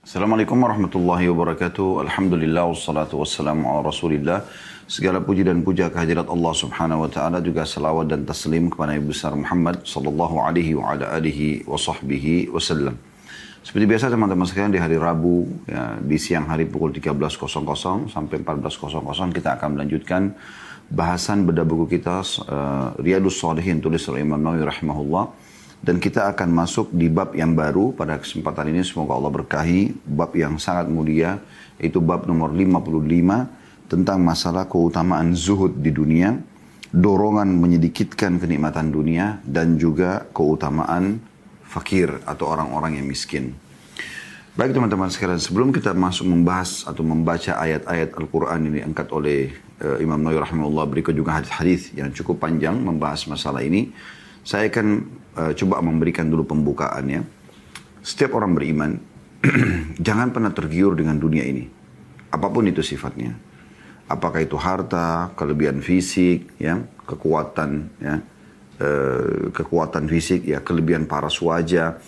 Assalamualaikum warahmatullahi wabarakatuh. Alhamdulillah wassalatu wassalamu ala Rasulillah. Segala puji dan puja kehadirat Allah Subhanahu wa taala, juga salawat dan taslim kepada Nabi besar Muhammad sallallahu alaihi wa ala alihi wa sahbihi wasallam. Seperti biasa teman-teman sekalian, di hari Rabu ya, di siang hari pukul 13.00 sampai 14.00 kita akan melanjutkan bahasan bedah buku kita Riyadhus Shalihin tulis oleh Imam Nawawi rahimahullah. Dan kita akan masuk di bab yang baru pada kesempatan ini. Semoga Allah berkahi. Bab yang sangat mulia, itu bab nomor 55 tentang masalah keutamaan zuhud di dunia, dorongan menyedikitkan kenikmatan dunia, dan juga keutamaan fakir atau orang-orang yang miskin. Baik teman-teman sekalian, sebelum kita masuk membahas atau membaca ayat-ayat Al-Quran ini angkat oleh Imam Nawawi rahimahullah, berikut juga hadis-hadis yang cukup panjang membahas masalah ini. Saya akan coba memberikan dulu pembukaannya. Setiap orang beriman, jangan pernah tergiur dengan dunia ini. Apapun itu sifatnya. Apakah itu harta, kelebihan fisik, ya, kekuatan, ya, kekuatan fisik, ya, kelebihan paras wajah,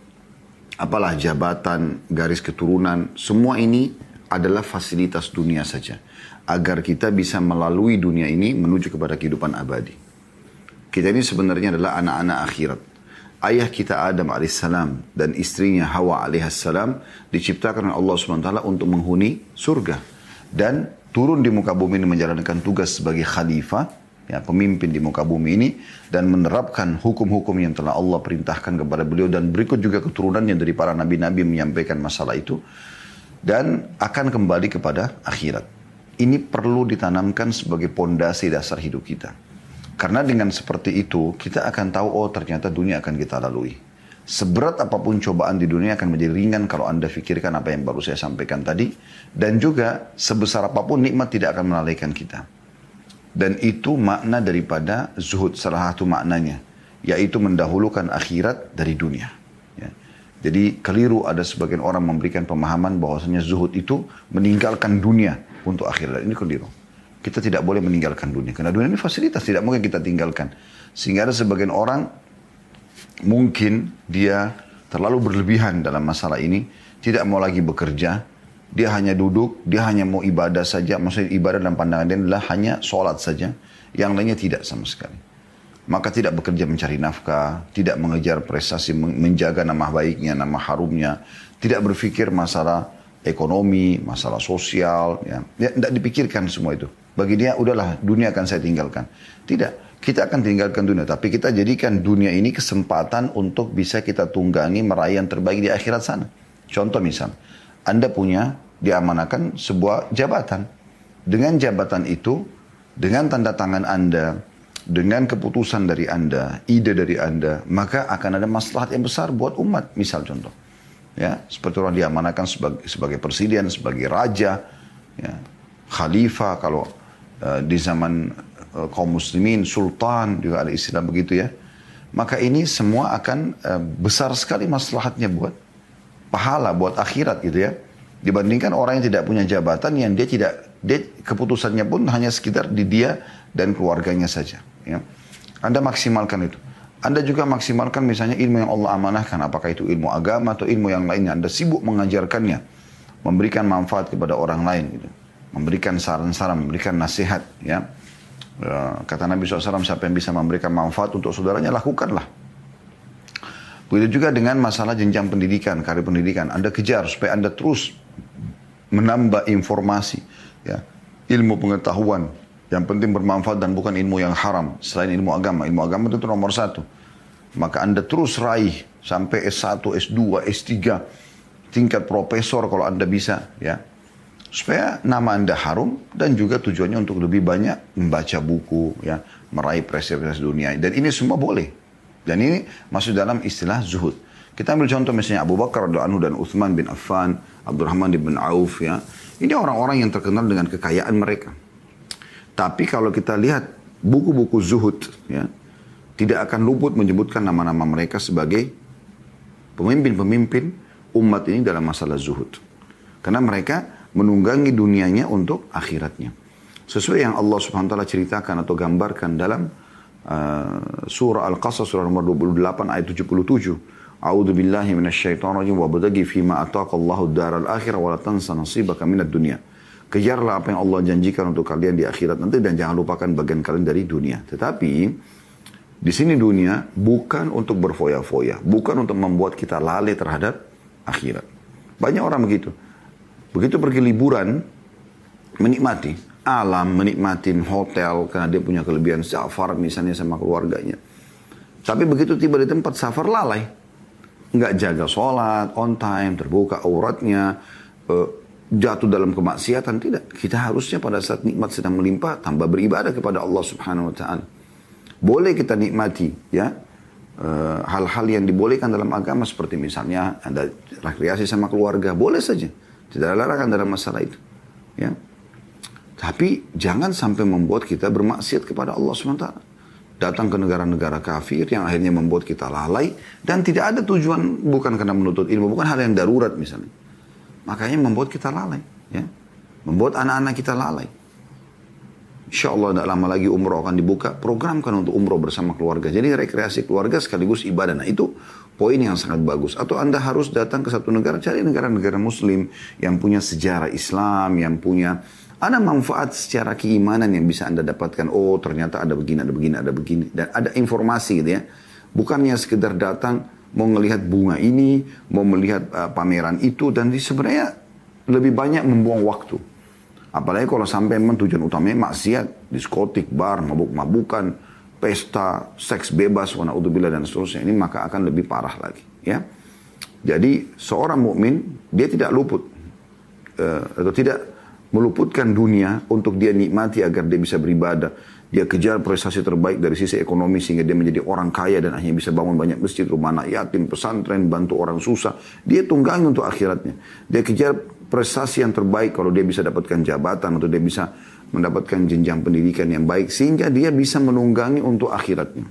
apalah jabatan, garis keturunan, semua ini adalah fasilitas dunia saja. Agar kita bisa melalui dunia ini menuju kepada kehidupan abadi. Kita ini sebenarnya adalah anak-anak akhirat. Ayah kita Adam alaihissalam dan istrinya Hawa alaihissalam diciptakan oleh Allah SWT untuk menghuni surga. Dan turun di muka bumi ini menjalankan tugas sebagai khalifah, ya, pemimpin di muka bumi ini. Dan menerapkan hukum-hukum yang telah Allah perintahkan kepada beliau. Dan berikut juga keturunannya dari para nabi-nabi menyampaikan masalah itu. Dan akan kembali kepada akhirat. Ini perlu ditanamkan sebagai pondasi dasar hidup kita. Karena dengan seperti itu, kita akan tahu, oh ternyata dunia akan kita lalui. Seberat apapun cobaan di dunia akan menjadi ringan kalau Anda fikirkan apa yang baru saya sampaikan tadi. Dan juga sebesar apapun nikmat tidak akan melalaikan kita. Dan itu makna daripada zuhud, salah satu maknanya. Yaitu mendahulukan akhirat dari dunia. Ya. Jadi keliru ada sebagian orang memberikan pemahaman bahwasanya zuhud itu meninggalkan dunia untuk akhirat. Ini keliru. Kita tidak boleh meninggalkan dunia. Karena dunia ini fasilitas, tidak mungkin kita tinggalkan. Sehingga ada sebagian orang, mungkin dia terlalu berlebihan dalam masalah ini. Tidak mau lagi bekerja. Dia hanya duduk, dia hanya mau ibadah saja. Maksudnya ibadah dalam pandangan dia adalah hanya sholat saja. Yang lainnya tidak sama sekali. Maka tidak bekerja mencari nafkah. Tidak mengejar prestasi, menjaga nama baiknya, nama harumnya. Tidak berpikir masalah ekonomi, masalah sosial. Ya, tidak dipikirkan semua itu. Bagi dia, udahlah dunia akan saya tinggalkan. Tidak, kita akan tinggalkan dunia. Tapi kita jadikan dunia ini kesempatan untuk bisa kita tunggangi meraih yang terbaik di akhirat sana. Contoh misal, Anda punya, diamanakan sebuah jabatan. Dengan jabatan itu, dengan tanda tangan Anda, dengan keputusan dari Anda, ide dari Anda, maka akan ada maslahat yang besar buat umat. Misal contoh. Ya, seperti orang diamanakan sebagai presiden, sebagai raja, ya, khalifah, kalau di zaman kaum muslimin, sultan juga ada istilah begitu ya. Maka ini semua akan besar sekali maslahatnya buat pahala, buat akhirat gitu ya. Dibandingkan orang yang tidak punya jabatan, yang dia keputusannya pun hanya sekitar di dia dan keluarganya saja. Ya. Anda maksimalkan itu. Anda juga maksimalkan misalnya ilmu yang Allah amanahkan. Apakah itu ilmu agama atau ilmu yang lainnya. Anda sibuk mengajarkannya. Memberikan manfaat kepada orang lain gitu. Memberikan saran-saran, memberikan nasihat. Ya. Kata Nabi SAW, siapa yang bisa memberikan manfaat untuk saudaranya, lakukanlah. Begitu juga dengan masalah jenjang pendidikan, karir pendidikan. Anda kejar supaya Anda terus menambah informasi. Ya. Ilmu pengetahuan. Yang penting bermanfaat dan bukan ilmu yang haram. Selain ilmu agama. Ilmu agama itu nomor 1. Maka Anda terus raih sampai S1, S2, S3. Tingkat profesor kalau Anda bisa. Ya. Supaya nama Anda harum dan juga tujuannya untuk lebih banyak membaca buku, ya, meraih prestasi dunia. Dan ini semua boleh. Dan ini masuk dalam istilah zuhud. Kita ambil contoh misalnya Abu Bakar radhiyallahu anhu dan Uthman bin Affan, Abdurrahman bin Auf, ya. Ini orang-orang yang terkenal dengan kekayaan mereka. Tapi kalau kita lihat buku-buku zuhud, ya, tidak akan luput menyebutkan nama-nama mereka sebagai pemimpin-pemimpin umat ini dalam masalah zuhud. Karena mereka menunggangi dunianya untuk akhiratnya. Sesuai yang Allah Subhanahu wa taala ceritakan atau gambarkan dalam surah Al-Qasas surah nomor 28 ayat 77. A'udzu billahi minasyaitonir rajim wabtaghi fima ataqallahu ad-daral akhirah wa la tansa nasibaka minad dunya. Kejarlah apa yang Allah janjikan untuk kalian di akhirat nanti dan jangan lupakan bagian kalian dari dunia. Tetapi di sini dunia bukan untuk berfoya-foya, bukan untuk membuat kita lalai terhadap akhirat. Banyak orang begitu. Begitu pergi liburan, menikmati alam, menikmati hotel karena dia punya kelebihan safar misalnya sama keluarganya. Tapi begitu tiba di tempat safar lalai. Nggak jaga sholat, on time, terbuka auratnya, jatuh dalam kemaksiatan. Tidak. Kita harusnya pada saat nikmat sedang melimpah, tambah beribadah kepada Allah subhanahu wa ta'ala. Boleh kita nikmati ya hal-hal yang dibolehkan dalam agama seperti misalnya ada rekreasi sama keluarga. Boleh saja. Tidak ada larangan dalam masalah itu. Ya. Tapi jangan sampai membuat kita bermaksiat kepada Allah subhanahu wa ta'ala. Datang ke negara-negara kafir yang akhirnya membuat kita lalai dan tidak ada tujuan bukan karena menuntut ilmu, bukan hal yang darurat misalnya. Makanya membuat kita lalai, ya. Membuat anak-anak kita lalai. Insya Allah tidak lama lagi umroh akan dibuka, programkan untuk umroh bersama keluarga. Jadi rekreasi keluarga sekaligus ibadah. Nah itu poin yang sangat bagus. Atau Anda harus datang ke satu negara, cari negara-negara muslim yang punya sejarah Islam, yang punya ada manfaat secara keimanan yang bisa Anda dapatkan. Oh ternyata ada begini, ada begini, ada begini. Dan ada informasi gitu ya. Bukannya sekedar datang mau melihat bunga ini, mau melihat pameran itu. Dan sebenarnya lebih banyak membuang waktu. Apalagi kalau sampai memang tujuan utamanya maksiat, diskotik, bar, mabuk-mabukan, pesta, seks bebas, wana'udzubillah dan seterusnya. Ini maka akan lebih parah lagi. Ya. Jadi seorang mukmin dia tidak luput. Atau tidak meluputkan dunia untuk dia nikmati agar dia bisa beribadah. Dia kejar prestasi terbaik dari sisi ekonomi sehingga dia menjadi orang kaya dan akhirnya bisa bangun banyak masjid, rumah anak yatim, pesantren, bantu orang susah. Dia tunggangi untuk akhiratnya. Dia kejar prestasi yang terbaik kalau dia bisa dapatkan jabatan atau dia bisa mendapatkan jenjang pendidikan yang baik sehingga dia bisa menunggangi untuk akhiratnya.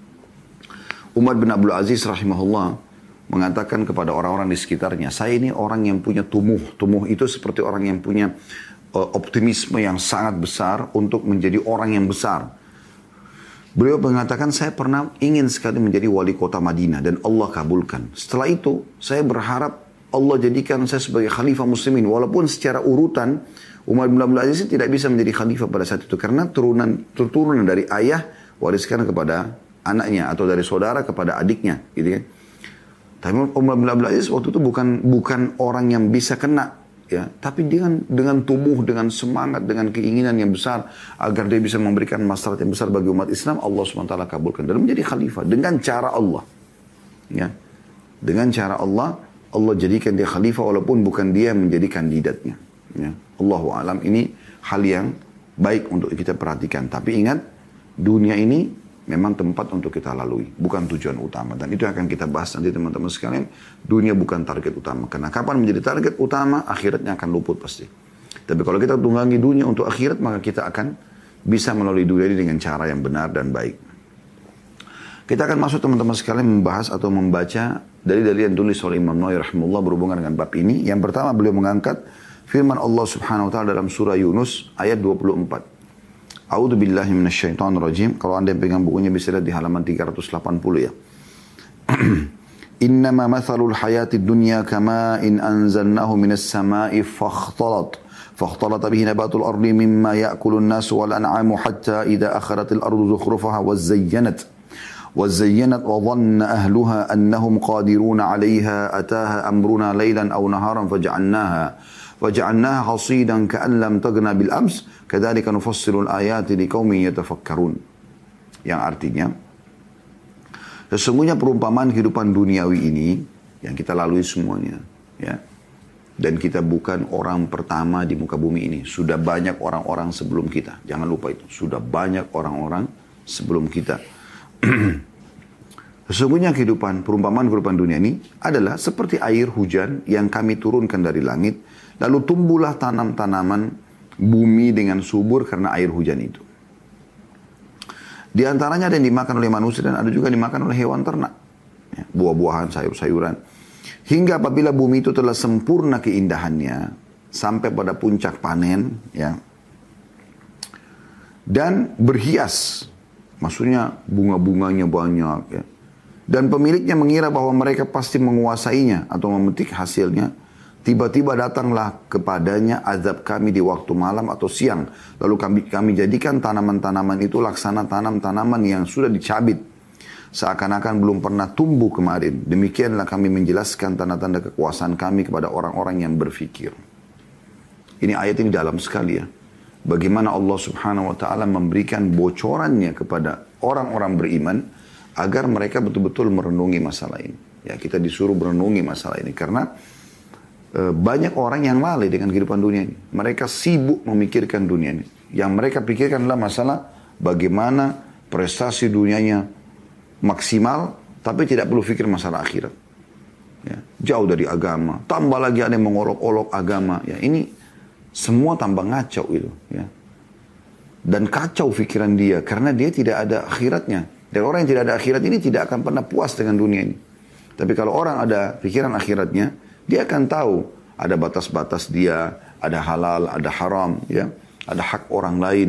Umar bin Abdul Aziz rahimahullah mengatakan kepada orang-orang di sekitarnya, saya ini orang yang punya tumuh. Tumuh itu seperti orang yang punya optimisme yang sangat besar untuk menjadi orang yang besar. Beliau mengatakan, saya pernah ingin sekali menjadi wali kota Madinah dan Allah kabulkan. Setelah itu, saya berharap Allah jadikan saya sebagai khalifah muslimin. Walaupun secara urutan, Umar bin Abdul Aziz tidak bisa menjadi khalifah pada saat itu. Karena turunan dari ayah wariskan kepada anaknya atau dari saudara kepada adiknya. Gitu kan. Tapi Umar bin Abdul Aziz waktu itu bukan orang yang bisa kena. Ya, tapi dengan tubuh, dengan semangat, dengan keinginan yang besar agar dia bisa memberikan maslahat yang besar bagi umat Islam, Allah SWT kabulkan dan menjadi khalifah dengan cara Allah. Ya, dengan cara Allah jadikan dia khalifah walaupun bukan dia yang menjadi kandidatnya. Ya, Allahu a'lam, ini hal yang baik untuk kita perhatikan. Tapi ingat, dunia ini memang tempat untuk kita lalui, bukan tujuan utama. Dan itu akan kita bahas nanti teman-teman sekalian. Dunia bukan target utama. Karena kapan menjadi target utama, akhiratnya akan luput pasti. Tapi kalau kita tunggangi dunia untuk akhirat, maka kita akan bisa melalui dunia ini dengan cara yang benar dan baik. Kita akan masuk teman-teman sekalian membahas atau membaca dalil-dalil yang tulis oleh Imam Nawawi rahimahullah berhubungan dengan bab ini. Yang pertama beliau mengangkat firman Allah subhanahu wa ta'ala dalam surah Yunus ayat 24. A'udzu billahi minasyaitonir rajim. Kalau Anda pegang bukunya bisa lihat di halaman 380 ya. Innama mathalul hayatid dunya kama in anzalnahu minas sama'i fakhtalata bihi nabatul ardi mimma ya'kulun nasu wal an'amu hatta idza akharatil ardu zukhrufaha wazayyanat wa dhanna ahluha annahum qadiruna 'alayha ataha amruna laylan aw naharan faja'alnaha hasidan ka'an lam taghna bil ams kadzalika nufassilul ayati liqaumin yatafakkarun. Yang artinya sesungguhnya perumpamaan kehidupan duniawi ini yang kita lalui semuanya ya. Dan kita bukan orang pertama di muka bumi ini. Sudah banyak orang-orang sebelum kita. Jangan lupa itu. Sudah banyak orang-orang sebelum kita. Sesungguhnya perumpamaan kehidupan dunia ini adalah seperti air hujan yang kami turunkan dari langit. Lalu tumbuhlah tanam-tanaman bumi dengan subur karena air hujan itu. Di antaranya ada yang dimakan oleh manusia dan ada juga dimakan oleh hewan ternak. Ya, buah-buahan, sayur-sayuran. Hingga apabila bumi itu telah sempurna keindahannya, sampai pada puncak panen, ya, dan berhias, maksudnya bunga-bunganya banyak, ya, Dan pemiliknya mengira bahwa mereka pasti menguasainya atau memetik hasilnya. Tiba-tiba datanglah kepadanya azab kami di waktu malam atau siang. Lalu kami jadikan tanaman-tanaman itu laksana tanaman yang sudah dicabit. Seakan-akan belum pernah tumbuh kemarin. Demikianlah kami menjelaskan tanda-tanda kekuasaan kami kepada orang-orang yang berfikir. Ini ayat ini dalam sekali ya. Bagaimana Allah subhanahu wa ta'ala memberikan bocorannya kepada orang-orang beriman agar mereka betul-betul merenungi masalah ini. Ya, kita disuruh merenungi masalah ini karena banyak orang yang lalai dengan kehidupan dunia ini. Mereka sibuk memikirkan dunia ini. Yang mereka pikirkan adalah masalah bagaimana prestasi dunianya maksimal, tapi tidak perlu pikir masalah akhirat. Ya, jauh dari agama. Tambah lagi ada yang mengolok-olok agama. Ya, ini semua tambah ngacau itu. Ya. Dan kacau pikiran dia karena dia tidak ada akhiratnya. Dan orang yang tidak ada akhirat ini tidak akan pernah puas dengan dunia ini. Tapi kalau orang ada pikiran akhiratnya, dia akan tahu ada batas-batas dia, ada halal, ada haram, ya, ada hak orang lain.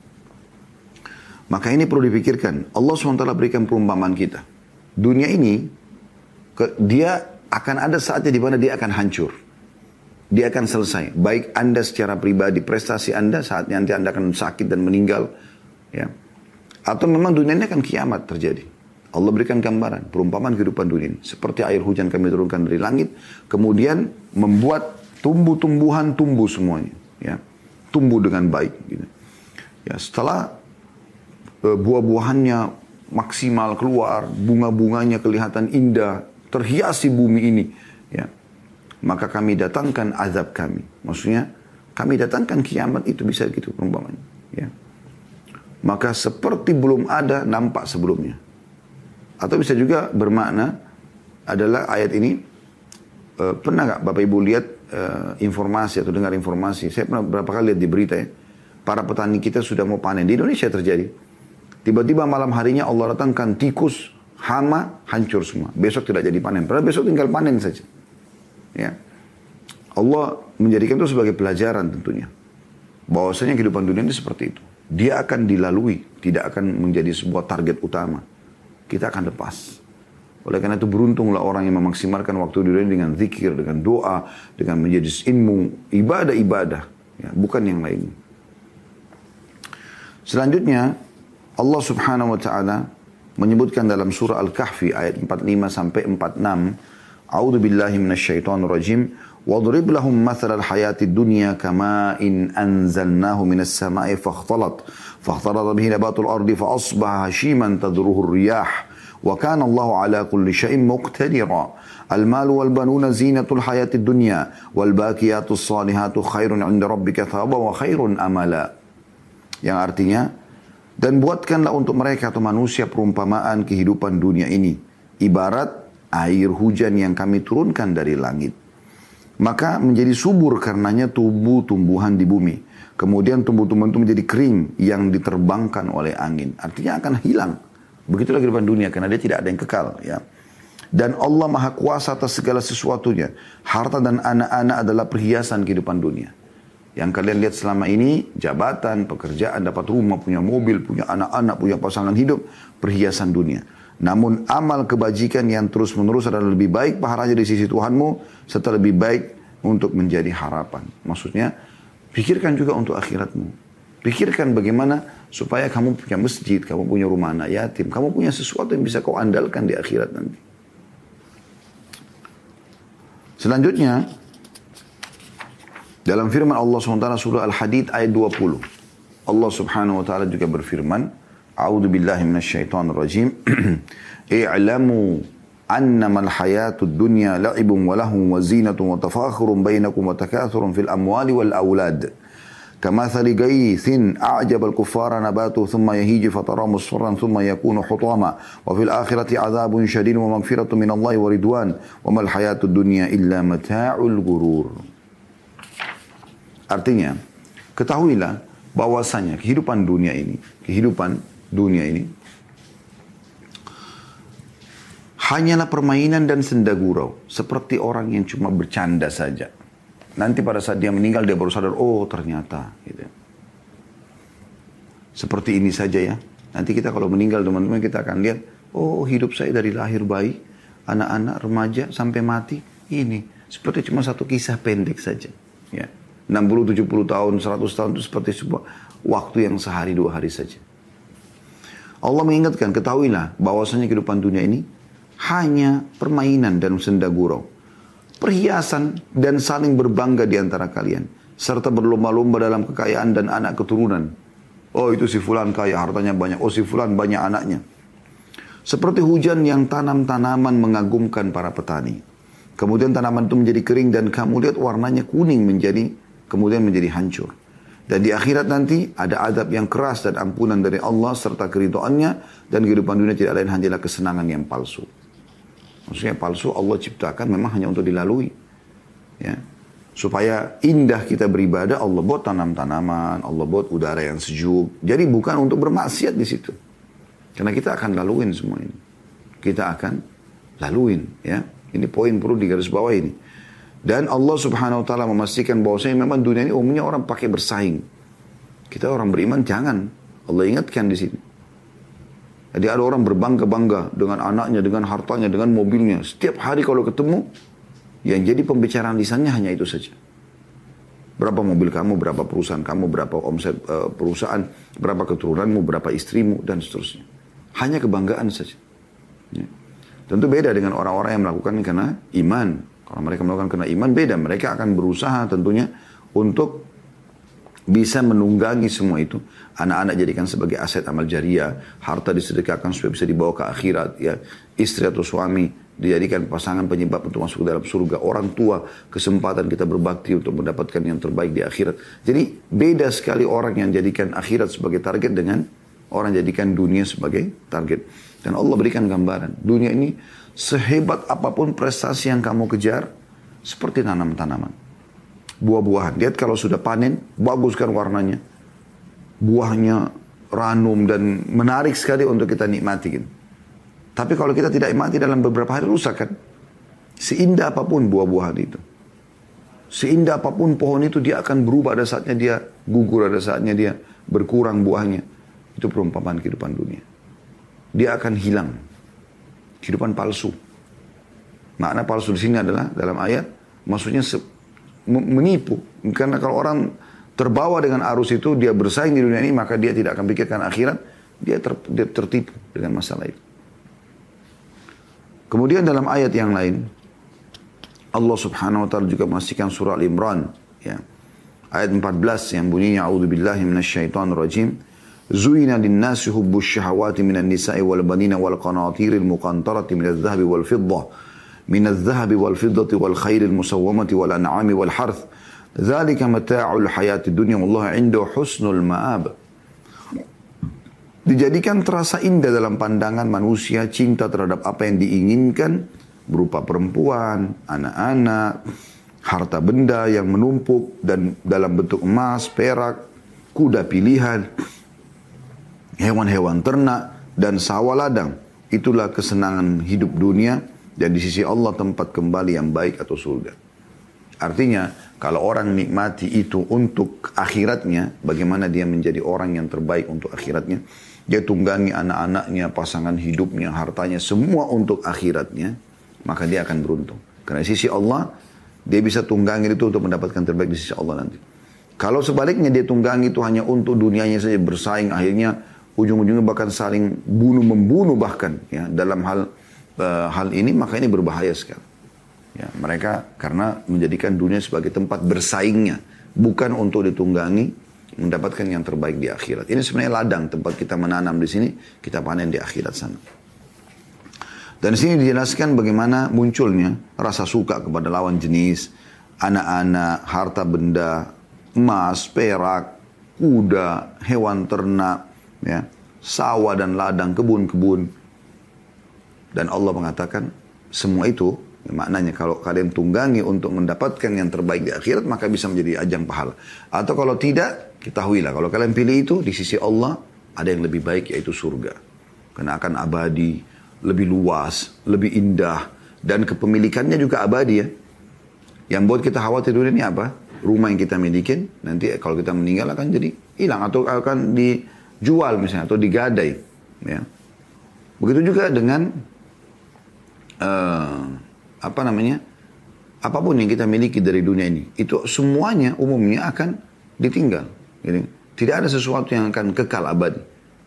Maka ini perlu dipikirkan. Allah SWT berikan perumpamaan kita. Dunia ini, dia akan ada saatnya di mana dia akan hancur. Dia akan selesai. Baik Anda secara pribadi, prestasi Anda, saatnya nanti Anda akan sakit dan meninggal. Ya. Atau memang dunia ini akan kiamat terjadi. Allah berikan gambaran, perumpamaan kehidupan dunia ini. Seperti air hujan kami turunkan dari langit, kemudian membuat tumbuh-tumbuhan tumbuh semuanya. Ya. Tumbuh dengan baik. Gitu. Ya, setelah buah-buahannya maksimal keluar, bunga-bunganya kelihatan indah, terhiasi bumi ini. Ya. Maka kami datangkan azab kami. Maksudnya, kami datangkan kiamat itu bisa gitu perumpamannya. Ya. Maka seperti belum ada nampak sebelumnya. Atau bisa juga bermakna adalah ayat ini, pernah nggak Bapak Ibu lihat informasi atau dengar informasi? Saya pernah berapa kali lihat di berita ya. Para petani kita sudah mau panen. Di Indonesia terjadi. Tiba-tiba malam harinya Allah datangkan tikus, hama, hancur semua. Besok tidak jadi panen. Padahal besok tinggal panen saja. Ya. Allah menjadikan itu sebagai pelajaran tentunya. Bahwasanya kehidupan dunia ini seperti itu. Dia akan dilalui, tidak akan menjadi sebuah target utama. Kita akan lepas. Oleh karena itu beruntunglah orang yang memaksimalkan waktu di dunia dengan zikir, dengan doa, dengan menjadi ilmu, ibadah-ibadah. Ya, bukan yang lain. Selanjutnya, Allah subhanahu wa ta'ala menyebutkan dalam surah Al-Kahfi ayat 45 sampai 46. A'udzu billahi minasyaitonir rajim. وَاضْرِبْ لَهُمْ مَثَلَ الْحَيَاةِ الدُّنْيَا كَمَاءٍ أَنْزَلْنَاهُ مِنَ السَّمَاءِ فاختلط به نبات الأرض فأصبح هشيما تذروه الرياح وكان الله على كل شيء مقتدرا المال والبنون زينة الحياة الدنيا والباقيات الصالحات خير عند ربك ثوابا وخير أملا. Yang artinya, dan buatkanlah untuk mereka atau manusia perumpamaan kehidupan dunia ini ibarat air hujan yang kami turunkan dari langit. Maka menjadi subur karenanya tumbuh-tumbuhan di bumi. Kemudian tumbuh-tumbuhan itu menjadi kering yang diterbangkan oleh angin. Artinya akan hilang. Begitulah kehidupan dunia karena dia tidak ada yang kekal. Ya. Dan Allah Maha Kuasa atas segala sesuatunya. Harta dan anak-anak adalah perhiasan kehidupan dunia. Yang kalian lihat selama ini, jabatan, pekerjaan, dapat rumah, punya mobil, punya anak-anak, punya pasangan hidup, perhiasan dunia. Namun amal kebajikan yang terus-menerus adalah lebih baik pahalanya di sisi Tuhanmu, serta lebih baik untuk menjadi harapan. Maksudnya, pikirkan juga untuk akhiratmu. Pikirkan bagaimana supaya kamu punya masjid, kamu punya rumah anak yatim, kamu punya sesuatu yang bisa kau andalkan di akhirat nanti. Selanjutnya, dalam firman Allah SWT surah Al-Hadid ayat 20. Allah Subhanahu wa taala juga berfirman, A'udzu billahi minasyaitonir rajim. I'lamu annama al-hayatud dunya la'ibun wa lahun wa zinatun wa tafakhurun bainakum wa takathurun fil amwali wal aulad. Kamathali ghaythin a'jaba al-kuffara nabatuhu thumma yahiju fatarahu musfarran thumma yakunu hutama wa fil akhirati 'adzabun syadidun wa maghfiratun minallahi wa ridwan wa mal hayatud dunya illa mata'ul ghurur. Artinya, ketahuilah bahwasanya kehidupan dunia ini hanyalah permainan dan senda gurau, seperti orang yang cuma bercanda saja. Nanti pada saat dia meninggal dia baru sadar, oh ternyata gitu. Seperti ini saja ya. Nanti kita kalau meninggal teman-teman kita akan lihat Oh, hidup saya dari lahir bayi, anak-anak, remaja, sampai mati, ini. Seperti cuma satu kisah pendek saja. Ya. 60, 70 tahun, 100 tahun itu seperti sebuah waktu yang sehari, 2 hari saja. Allah mengingatkan, ketahuilah bahwasanya kehidupan dunia ini hanya permainan dan senda gurau. Perhiasan dan saling berbangga di antara kalian. Serta berlomba-lomba dalam kekayaan dan anak keturunan. Oh, itu si fulan kaya, hartanya banyak. Oh, si fulan banyak anaknya. Seperti hujan yang tanam tanaman mengagumkan para petani. Kemudian tanaman itu menjadi kering dan kamu lihat warnanya kuning kemudian menjadi hancur. Dan di akhirat nanti ada adab yang keras dan ampunan dari Allah serta keridhaannya, dan kehidupan dunia tidak lain hanyalah kesenangan yang palsu. Maksudnya palsu Allah ciptakan memang hanya untuk dilalui. Ya. Supaya indah kita beribadah, Allah buat tanam-tanaman, Allah buat udara yang sejuk. Jadi bukan untuk bermaksiat di situ. Karena kita akan laluin semua ini. Kita akan laluin. Ya. Ini poin perlu digarisbawahi ini. Dan Allah subhanahu wa ta'ala memastikan bahwasanya memang dunia ini umumnya orang pakai bersaing. Kita orang beriman jangan. Allah ingatkan di sini. Jadi ada orang berbangga-bangga dengan anaknya, dengan hartanya, dengan mobilnya. Setiap hari kalau ketemu, yang jadi pembicaraan lisannya hanya itu saja. Berapa mobil kamu, berapa perusahaan kamu, berapa omset perusahaan, berapa keturunanmu, berapa istrimu, dan seterusnya. Hanya kebanggaan saja. Ya. Tentu beda dengan orang-orang yang melakukan karena iman. Kalau mereka melakukan karena iman, beda. Mereka akan berusaha tentunya untuk bisa menunggangi semua itu. Anak-anak jadikan sebagai aset amal jariah. Harta disedekahkan supaya bisa dibawa ke akhirat. Ya. Istri atau suami dijadikan pasangan penyebab untuk masuk ke dalam surga. Orang tua, kesempatan kita berbakti untuk mendapatkan yang terbaik di akhirat. Jadi beda sekali orang yang jadikan akhirat sebagai target dengan orang jadikan dunia sebagai target. Dan Allah berikan gambaran. Dunia ini sehebat apapun prestasi yang kamu kejar, seperti tanam-tanaman. Buah-buahan. Lihat kalau sudah panen, bagus kan warnanya. Buahnya ranum dan menarik sekali untuk kita nikmati gitu. Tapi kalau kita tidak nikmati dalam beberapa hari, rusak kan. Seindah apapun buah-buahan itu. Seindah apapun pohon itu, dia akan berubah, ada saatnya dia gugur, ada saatnya dia berkurang buahnya. Itu perumpamaan kehidupan dunia. Dia akan hilang. Kehidupan palsu. Makna palsu di sini adalah dalam ayat, maksudnya menipu. Karena kalau orang terbawa dengan arus itu, dia bersaing di dunia ini, maka dia tidak akan pikirkan akhirat, dia tertipu dengan masalah itu. Kemudian dalam ayat yang lain, Allah subhanahu wa ta'ala juga memastikan surah Al-Imran. Ya. Ayat 14 yang bunyinya, A'udzubillahi minasyaitonirrajim. Zuyina linnasi hubbus syahawati minan nisa'i wal banina wal qanatiril muqantarati minadh dhahabi wal fiddah. Minadh dhahabi wal fiddati wal khairil musawwamati wal an'ami wal harth. Dzalika mata'ul hayatid dunya wallahu 'indahu husnul ma'ab. Dijadikan terasa indah dalam pandangan manusia cinta terhadap apa yang diinginkan berupa perempuan, anak-anak, harta benda yang menumpuk dan dalam bentuk emas, perak, kuda pilihan, hewan-hewan ternak dan sawah ladang. Itulah kesenangan hidup dunia dan di sisi Allah tempat kembali yang baik atau surga. Artinya kalau orang nikmati itu untuk akhiratnya, bagaimana dia menjadi orang yang terbaik untuk akhiratnya? Dia tunggangi anak-anaknya, pasangan hidupnya, hartanya, semua untuk akhiratnya, maka dia akan beruntung. Karena di sisi Allah, dia bisa tunggangi itu untuk mendapatkan terbaik di sisi Allah nanti. Kalau sebaliknya dia tunggangi itu hanya untuk dunianya saja bersaing, akhirnya ujung-ujungnya bahkan saling bunuh-membunuh bahkan ya dalam hal ini, maka ini berbahaya sekali. Ya, mereka karena menjadikan dunia sebagai tempat bersaingnya, bukan untuk ditunggangi, mendapatkan yang terbaik di akhirat. Ini sebenarnya ladang tempat kita menanam di sini, kita panen di akhirat sana. Dan di sini dijelaskan bagaimana munculnya rasa suka kepada lawan jenis, anak-anak, harta benda, emas, perak, kuda, hewan ternak, ya, sawah dan ladang, kebun-kebun. Dan Allah mengatakan semua itu maknanya kalau kalian tunggangi untuk mendapatkan yang terbaik di akhirat, maka bisa menjadi ajang pahala. Atau kalau tidak, ketahuilah kalau kalian pilih itu, di sisi Allah ada yang lebih baik, yaitu surga. Karena akan abadi, lebih luas, lebih indah, dan kepemilikannya juga abadi ya. Yang buat kita khawatir dulu ini apa? Rumah yang kita miliki, nanti kalau kita meninggal akan jadi hilang, atau akan dijual misalnya, atau digadai. Ya. Begitu juga dengan apapun yang kita miliki dari dunia ini, itu semuanya umumnya akan ditinggal. Jadi, tidak ada sesuatu yang akan kekal abadi.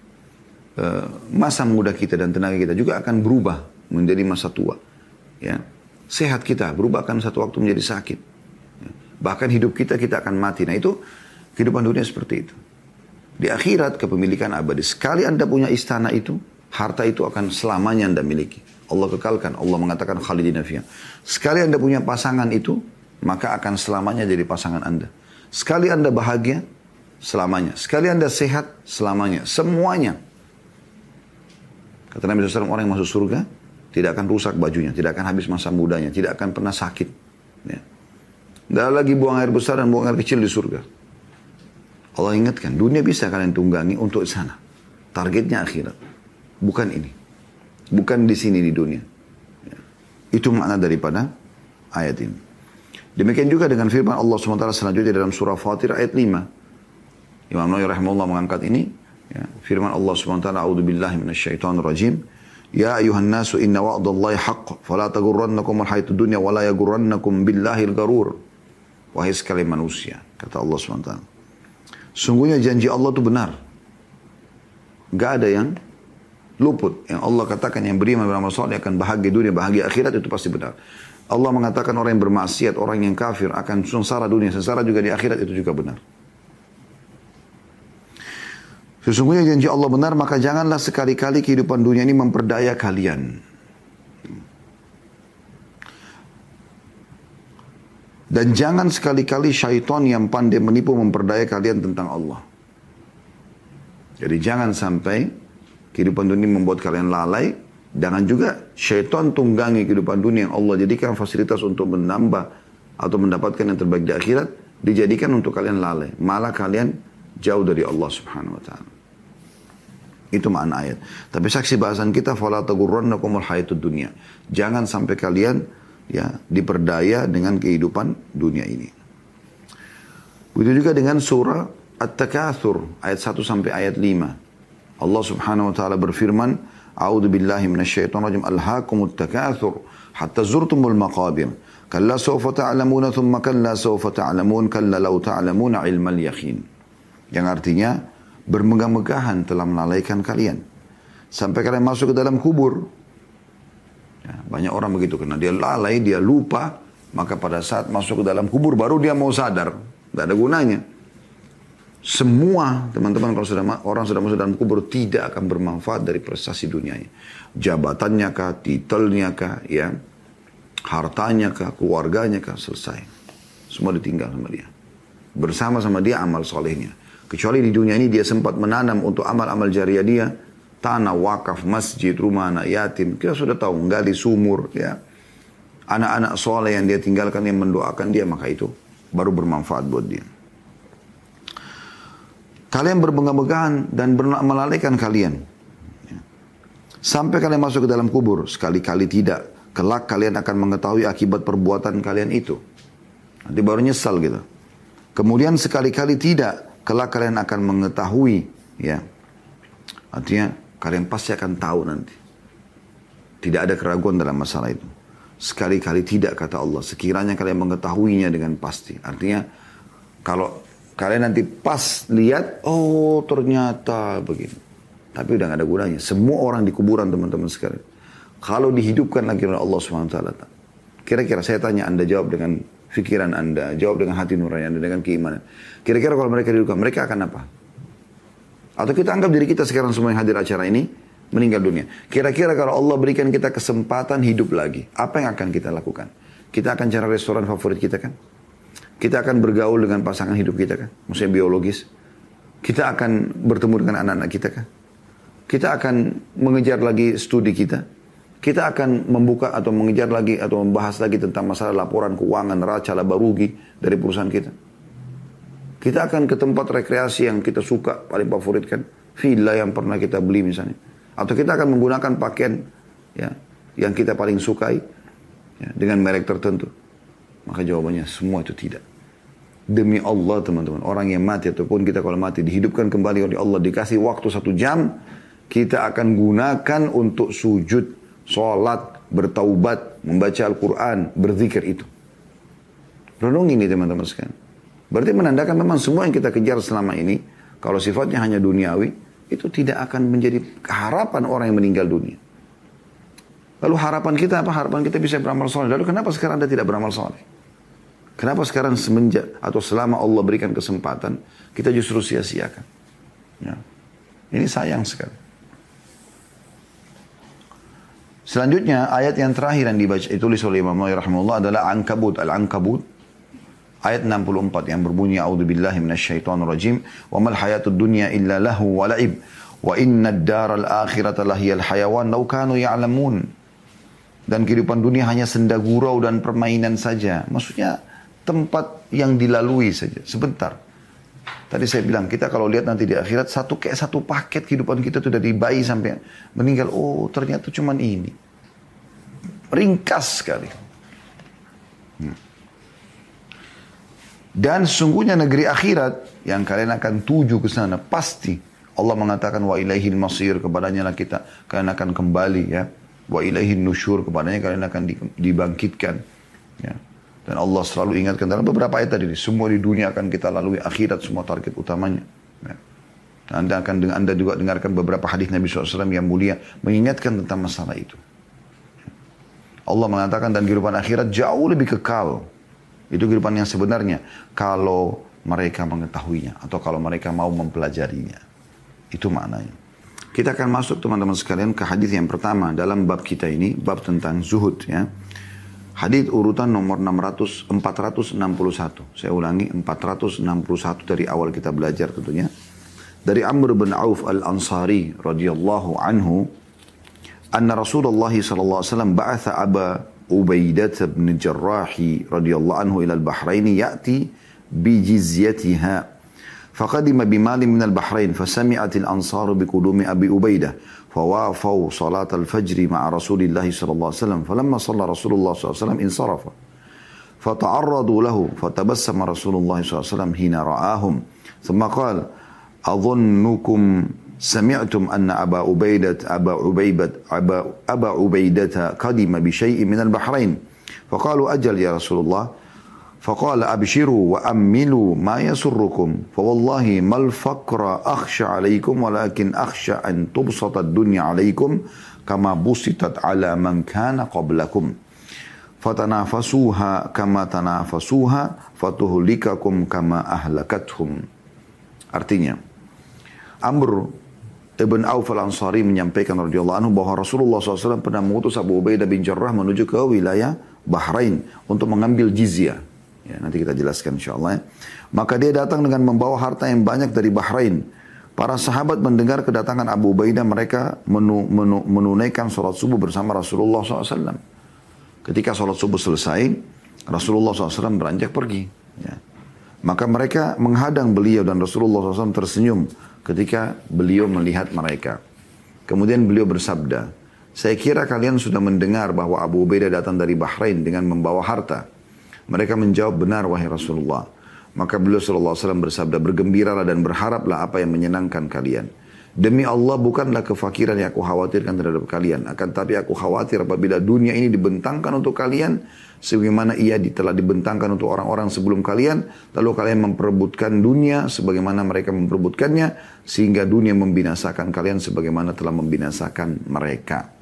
Masa muda kita dan tenaga kita juga akan berubah menjadi masa tua. Ya. Sehat kita berubah akan satu waktu menjadi sakit. Ya. Bahkan hidup kita akan mati. Nah itu kehidupan dunia seperti itu. Di akhirat kepemilikan abadi. Sekali Anda punya istana itu, harta itu akan selamanya Anda miliki. Allah kekalkan. Allah mengatakan khalidina fiha. Sekali Anda punya pasangan itu, maka akan selamanya jadi pasangan Anda. Sekali Anda bahagia, selamanya. Sekali Anda sehat, selamanya. Semuanya. Kata Nabi SAW, orang yang masuk surga tidak akan rusak bajunya, tidak akan habis masa mudanya, tidak akan pernah sakit. Ya. Tidak lagi buang air besar dan buang air kecil di surga. Allah ingatkan, dunia bisa kalian tunggangi untuk sana. Targetnya akhirat. Bukan ini. Bukan di sini di dunia. Ya. Itu makna daripada ayat ini. Demikian juga dengan firman Allah SWT selanjutnya dalam surah Fatir ayat 5. Imam Nawawi rahimahullah mengangkat ini. Ya. Firman Allah SWT, A'udzubillahi minasyaitonirrajim. Ya ayuhan nasu inna wa'dallahi haqq. Fala tagurrannakum al-hayatud dunya wa la yagurrannakum billahil garur. Wahai sekalian manusia. Kata Allah SWT. Sungguhnya janji Allah itu benar. Gak ada yang luput. Yang Allah katakan yang beriman beramal saleh akan bahagia dunia, bahagia akhirat, itu pasti benar. Allah mengatakan orang yang bermaksiat, orang yang kafir akan sengsara dunia, sengsara juga di akhirat, itu juga benar. Sesungguhnya janji Allah benar, maka janganlah sekali-kali kehidupan dunia ini memperdaya kalian. Dan jangan sekali-kali syaitan yang pandai menipu memperdaya kalian tentang Allah. Jadi jangan sampai kehidupan dunia membuat kalian lalai. Jangan juga syaitan tunggangi kehidupan dunia yang Allah jadikan fasilitas untuk menambah atau mendapatkan yang terbaik di akhirat, dijadikan untuk kalian lalai. Malah kalian jauh dari Allah Subhanahu wa taala. Itu makna ayat. Tapi saksi bahasan kita, fala tagurrannakumul hayatud dunya. Jangan sampai kalian ya diperdaya dengan kehidupan dunia ini. Begitu juga dengan surah At-Takatsur ayat 1 sampai ayat 5. Allah Subhanahu wa taala berfirman, A'udzu billahi minasyaitonir rajim. Alhaakumut takatsur hatta zurtumul maqabir. Kalla sawfa ta'lamuna thumma kalla sawfa ta'lamun kalla law ta'lamuna ilmal yaqin. Yang artinya bermegah-megahan telah melalaikan kalian sampai kalian masuk ke dalam kubur. Ya, banyak orang begitu karena dia lalai, dia lupa, maka pada saat masuk ke dalam kubur baru dia mau sadar. Tidak ada gunanya. Semua teman-teman kalau orang sudah masuk dalam kubur tidak akan bermanfaat dari prestasi dunianya. Jabatannya kah, titelnya kah, ya, hartanya kah, keluarganya kah, selesai. Semua ditinggal sama dia. Bersama sama dia amal solehnya. Kecuali di dunia ini dia sempat menanam untuk amal-amal jariah dia, tanah, wakaf, masjid, rumah anak yatim. Kita sudah tahu, gali sumur, ya. Anak-anak soleh yang dia tinggalkan yang mendoakan dia, maka itu baru bermanfaat buat dia. Kalian berbangga-banggaan dan melalaikan kalian. Sampai kalian masuk ke dalam kubur. Sekali-kali tidak. Kelak kalian akan mengetahui akibat perbuatan kalian itu. Nanti baru nyesal gitu. Kemudian sekali-kali tidak. Kelak kalian akan mengetahui. Ya. Artinya kalian pasti akan tahu nanti. Tidak ada keraguan dalam masalah itu. Sekali-kali tidak kata Allah. Sekiranya kalian mengetahuinya dengan pasti. Artinya kalau kalian nanti pas lihat, oh ternyata begini. Tapi udah gak ada gunanya. Semua orang di kuburan teman-teman sekalian. Kalau dihidupkan lagi oleh Allah SWT. Kira-kira saya tanya Anda jawab dengan fikiran Anda. Jawab dengan hati nurani Anda, dengan keimanan. Kira-kira kalau mereka dihidupkan, mereka akan apa? Atau kita anggap diri kita sekarang semua yang hadir acara ini meninggal dunia. Kira-kira kalau Allah berikan kita kesempatan hidup lagi. Apa yang akan kita lakukan? Kita akan cari restoran favorit kita kan? Kita akan bergaul dengan pasangan hidup kita kan? Maksudnya biologis. Kita akan bertemu dengan anak-anak kita kan? Kita akan mengejar lagi studi kita. Kita akan membuka atau mengejar lagi atau membahas lagi tentang masalah laporan keuangan, neraca, laba rugi dari perusahaan kita. Kita akan ke tempat rekreasi yang kita suka, paling favorit kan? Villa yang pernah kita beli misalnya. Atau kita akan menggunakan pakaian ya, yang kita paling sukai ya, dengan merek tertentu. Maka jawabannya semua itu tidak. Demi Allah teman-teman, orang yang mati ataupun kita kalau mati dihidupkan kembali oleh Allah, dikasih waktu 1 jam, kita akan gunakan untuk sujud, sholat, bertaubat, membaca Al-Quran, berzikir itu. Renungi ini teman-teman sekalian. Berarti menandakan memang semua yang kita kejar selama ini, kalau sifatnya hanya duniawi, itu tidak akan menjadi harapan orang yang meninggal dunia. Lalu harapan kita apa? Harapan kita bisa beramal soleh. Lalu kenapa sekarang Anda tidak beramal soleh? Kenapa sekarang semenjak atau selama Allah berikan kesempatan, kita justru sia-siakan? Ya. Ini sayang sekali. Selanjutnya ayat yang terakhir yang ditulis oleh Imam Nawawi rahimahullah adalah Al-Ankabut ayat 64 yang berbunyi a'udzubillahi minasyaitonir rajim wa mal hayatud dunya illa lahu wa la'ib wa innad daral akhirata lahiyal hayawan law kanu ya'lamun. Dan kehidupan dunia hanya senda gurau dan permainan saja. Maksudnya tempat yang dilalui saja sebentar. Tadi saya bilang, kita kalau lihat nanti di akhirat, satu paket kehidupan kita tuh dari bayi sampai meninggal. Oh, ternyata cuman ini. Ringkas sekali. Dan sesungguhnya negeri akhirat yang kalian akan tuju ke sana, pasti Allah mengatakan wa ilaihil masir, kepadanya lah kalian akan kembali ya. Wa ilaihin nusyur, kepadanya kalian akan dibangkitkan ya. Dan Allah selalu ingatkan dalam beberapa ayat tadi, semua di dunia akan kita lalui, akhirat semua target utamanya. Ya. Anda juga dengarkan beberapa hadis Nabi SAW yang mulia mengingatkan tentang masalah itu. Allah mengatakan dan kehidupan akhirat jauh lebih kekal. Itu kehidupan yang sebenarnya kalau mereka mengetahuinya atau kalau mereka mau mempelajarinya. Itu maknanya. Kita akan masuk teman-teman sekalian ke hadis yang pertama dalam bab kita ini, bab tentang zuhud ya. Hadis urutan nomor 461. Saya ulangi 461 dari awal kita belajar tentunya. Dari Amr bin Auf al-Ansari radhiyallahu anhu, anna Rasulullah sallallahu alaihi wasallam ba'atha Aba Ubaidah bin Jarrah radhiyallahu anhu ila al-Bahrain ya'ti bi jizyatiha. فقدم بمال من البحرين فسمعت الأنصار بقدوم أبي أبيدة فوافوا صلاة الفجر مع رسول الله صلى الله عليه وسلم فلما صلى رسول الله صلى الله عليه وسلم انصرف فتعرضوا له فتبسم رسول الله صلى الله عليه وسلم حين رآهم ثم قال أظنكم سمعتم أن أبا عبيدة قدم بشيء من البحرين فقالوا أجل يا رسول الله فقال أبشروا وأملوا ما يسركم فوالله ما الفقر أخشى عليكم ولكن أخشى أن تبسط الدنيا عليكم كما بسطت على من كان قبلكم فتنافسوها كما تنافسوها فتهلككم كما أهلكتهم. Artinya, Amr ibn Auf al-Ansari menyampaikan radhiyallahu anhu bahwa Rasulullah SAW pernah mengutus Abu Ubaidah bin Jarrah menuju ke wilayah Bahrain untuk mengambil jizyah. Ya, nanti kita jelaskan insyaAllah ya. Maka dia datang dengan membawa harta yang banyak dari Bahrain. Para sahabat mendengar kedatangan Abu Ubaidah, mereka menunaikan sholat subuh bersama Rasulullah SAW. Ketika sholat subuh selesai, Rasulullah SAW beranjak pergi. Ya. Maka mereka menghadang beliau dan Rasulullah SAW tersenyum ketika beliau melihat mereka. Kemudian beliau bersabda, saya kira kalian sudah mendengar bahwa Abu Ubaidah datang dari Bahrain dengan membawa harta. Mereka menjawab, benar wahai Rasulullah. Maka beliau SAW bersabda, bergembiralah dan berharaplah apa yang menyenangkan kalian. Demi Allah bukanlah kefakiran yang aku khawatirkan terhadap kalian. Akan tapi aku khawatir apabila dunia ini dibentangkan untuk kalian, sebagaimana ia telah dibentangkan untuk orang-orang sebelum kalian, lalu kalian memperebutkan dunia sebagaimana mereka memperebutkannya, sehingga dunia membinasakan kalian sebagaimana telah membinasakan mereka.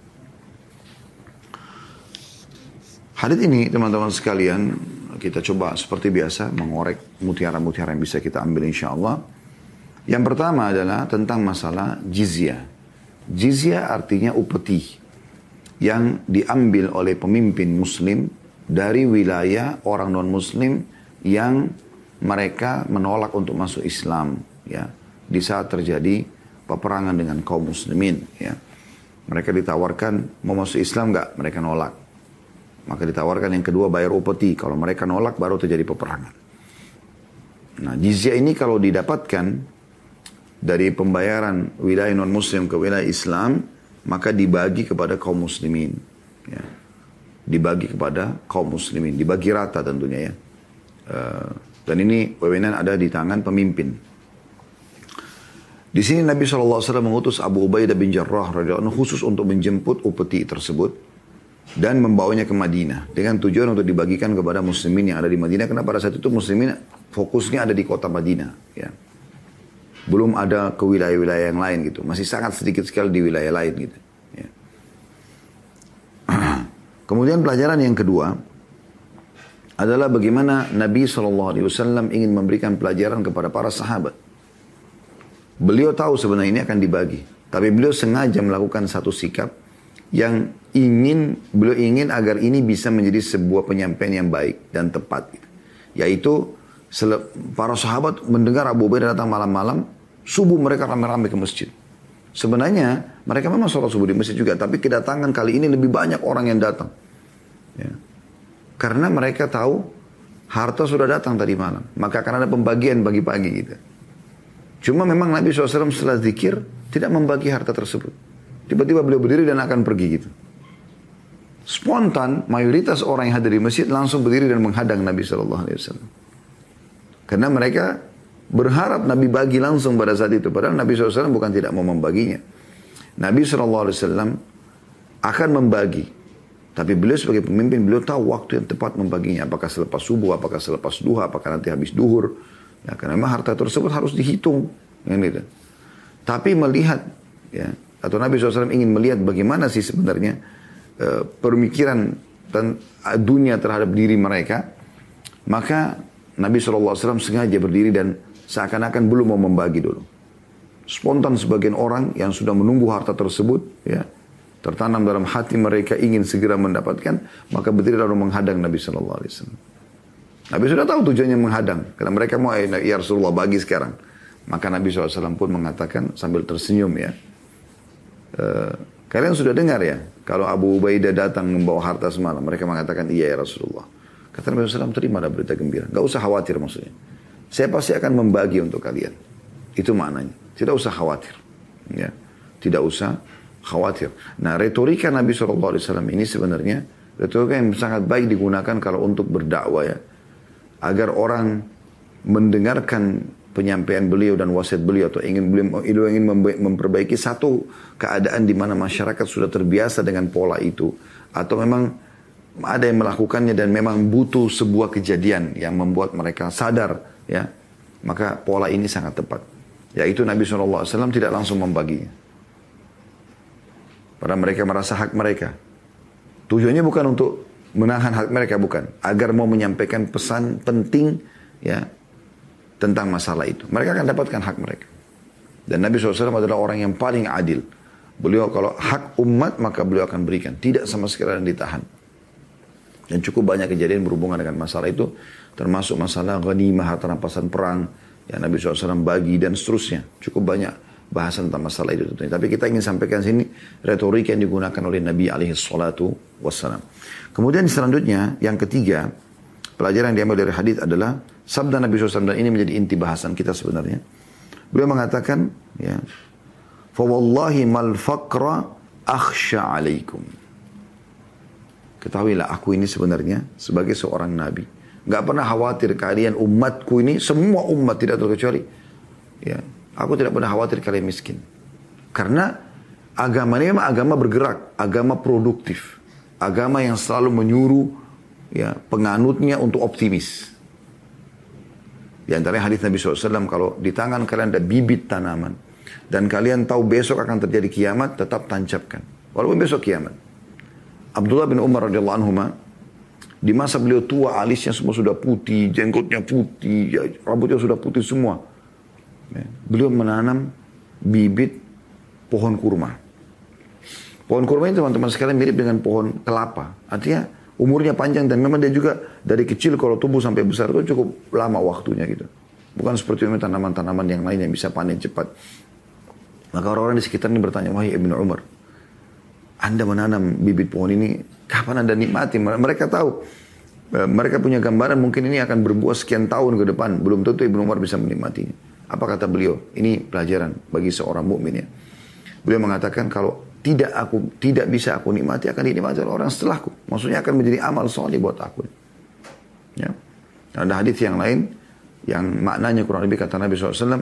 Hadits ini teman-teman sekalian, kita coba seperti biasa mengorek mutiara-mutiara yang bisa kita ambil insya Allah. Yang pertama adalah tentang masalah jizyah. Jizyah artinya upeti yang diambil oleh pemimpin muslim dari wilayah orang non-muslim yang mereka menolak untuk masuk Islam. Ya, di saat terjadi peperangan dengan kaum muslimin. Ya. Mereka ditawarkan mau masuk Islam enggak? Mereka nolak. Maka ditawarkan yang kedua bayar upeti. Kalau mereka nolak baru terjadi peperangan. Nah jizyah ini kalau didapatkan dari pembayaran wilayah non-muslim ke wilayah Islam, maka dibagi kepada kaum muslimin. Ya. Dibagi kepada kaum muslimin. Dibagi rata tentunya ya. Dan ini wewenang ada di tangan pemimpin. Di sini Nabi SAW mengutus Abu Ubaidah bin Jarrah radhiyallahu anhu khusus untuk menjemput upeti tersebut dan membawanya ke Madinah dengan tujuan untuk dibagikan kepada muslimin yang ada di Madinah, karena pada saat itu muslimin fokusnya ada di kota Madinah, ya. Belum ada ke wilayah-wilayah yang lain gitu, masih sangat sedikit sekali di wilayah lain gitu, ya. Kemudian pelajaran yang kedua adalah bagaimana Nabi SAW ingin memberikan pelajaran kepada para sahabat. Beliau tahu sebenarnya ini akan dibagi, tapi beliau sengaja melakukan satu sikap yang beliau ingin agar ini bisa menjadi sebuah penyampaian yang baik dan tepat. Yaitu para sahabat mendengar Abu Ubaidah datang malam-malam, subuh mereka ramai-ramai ke masjid. Sebenarnya mereka memang sholat subuh di masjid juga, tapi kedatangan kali ini lebih banyak orang yang datang. Ya. Karena mereka tahu harta sudah datang tadi malam, maka akan ada pembagian pagi-pagi gitu. Cuma memang Nabi SAW setelah zikir tidak membagi harta tersebut. Tiba-tiba beliau berdiri dan akan pergi gitu. Spontan mayoritas orang yang hadir di masjid langsung berdiri dan menghadang Nabi SAW. Karena mereka berharap Nabi bagi langsung pada saat itu. Padahal Nabi SAW bukan tidak mau membaginya. Nabi SAW akan membagi. Tapi beliau sebagai pemimpin, beliau tahu waktu yang tepat membaginya. Apakah selepas subuh, apakah selepas duha, apakah nanti habis duhur. Ya, karena memang harta tersebut harus dihitung. Gitu. Tapi melihat, ya, atau Nabi SAW ingin melihat bagaimana sih sebenarnya pemikiran dan dunia terhadap diri mereka. Maka Nabi SAW sengaja berdiri dan seakan-akan belum mau membagi dulu. Spontan sebagian orang yang sudah menunggu harta tersebut, ya, tertanam dalam hati mereka ingin segera mendapatkan, maka berdiri lalu menghadang Nabi SAW. Nabi sudah tahu tujuannya menghadang, karena mereka mau, ya Rasulullah bagi sekarang. Maka Nabi SAW pun mengatakan sambil tersenyum, ya, kalian sudah dengar ya, kalau Abu Ubaidah datang membawa harta semalam, mereka mengatakan iya ya Rasulullah. Kata Nabi SAW, terima ada berita gembira, gak usah khawatir maksudnya. Saya pasti akan membagi untuk kalian. Itu maknanya, tidak usah khawatir, ya, tidak usah khawatir. Nah, retorika Nabi SAW ini sebenarnya retorika yang sangat baik digunakan kalau untuk berdakwah, ya, agar orang mendengarkan penyampaian beliau dan wasiat beliau, atau ingin memperbaiki satu keadaan di mana masyarakat sudah terbiasa dengan pola itu, atau memang ada yang melakukannya dan memang butuh sebuah kejadian yang membuat mereka sadar, ya, maka pola ini sangat tepat. Yaitu Nabi SAW tidak langsung membaginya. Padahal mereka merasa hak mereka. Tujuannya bukan untuk menahan hak mereka, bukan. Agar mau menyampaikan pesan penting, ya, tentang masalah itu. Mereka akan dapatkan hak mereka. Dan Nabi SAW adalah orang yang paling adil. Beliau kalau hak umat maka beliau akan berikan. Tidak sama sekali yang ditahan. Dan cukup banyak kejadian berhubungan dengan masalah itu. Termasuk masalah ghanimah, harta rampasan perang. Ya, Nabi SAW bagi dan seterusnya. Cukup banyak bahasan tentang masalah itu. Tapi kita ingin sampaikan sini retorika yang digunakan oleh Nabi SAW. Kemudian selanjutnya, yang ketiga, pelajaran yang diambil dari hadis adalah sabda Nabi SAW, dan ini menjadi inti bahasan kita sebenarnya. Beliau mengatakan, ya, "Fawallahi mal faqra akhsha alaikum." Ketahuilah aku ini sebenarnya sebagai seorang Nabi, gak pernah khawatir kalian umatku ini, semua umat tidak terkecuali, ya, aku tidak pernah khawatir kalian miskin. Karena agama ini memang agama bergerak, agama produktif. Agama yang selalu menyuruh, ya, penganutnya untuk optimis. Di antara hadis Nabi SAW, kalau di tangan kalian ada bibit tanaman, dan kalian tahu besok akan terjadi kiamat, tetap tancapkan. Walaupun besok kiamat. Abdullah bin Umar radhiyallahu anhu, di masa beliau tua, alisnya semua sudah putih, jenggotnya putih, ya, rambutnya sudah putih semua. Ya, beliau menanam bibit pohon kurma. Pohon kurma ini teman-teman sekalian mirip dengan pohon kelapa. Artinya umurnya panjang dan memang dia juga dari kecil kalau tumbuh sampai besar itu cukup lama waktunya gitu. Bukan seperti tanaman-tanaman yang lain yang bisa panen cepat. Maka orang-orang di sekitar ini bertanya, "Wahai Ibnu Umar, Anda menanam bibit pohon ini, kapan Anda nikmati?" Mereka tahu, mereka punya gambaran mungkin ini akan berbuah sekian tahun ke depan. Belum tentu Ibnu Umar bisa menikmatinya. Apa kata beliau? Ini pelajaran bagi seorang mukmin, ya. Beliau mengatakan kalau tidak bisa aku nikmati, akan dinikmati oleh orang setelahku. Maksudnya akan menjadi amal soleh buat aku. Ya. Ada hadis yang lain yang maknanya kurang lebih kata Nabi SAW,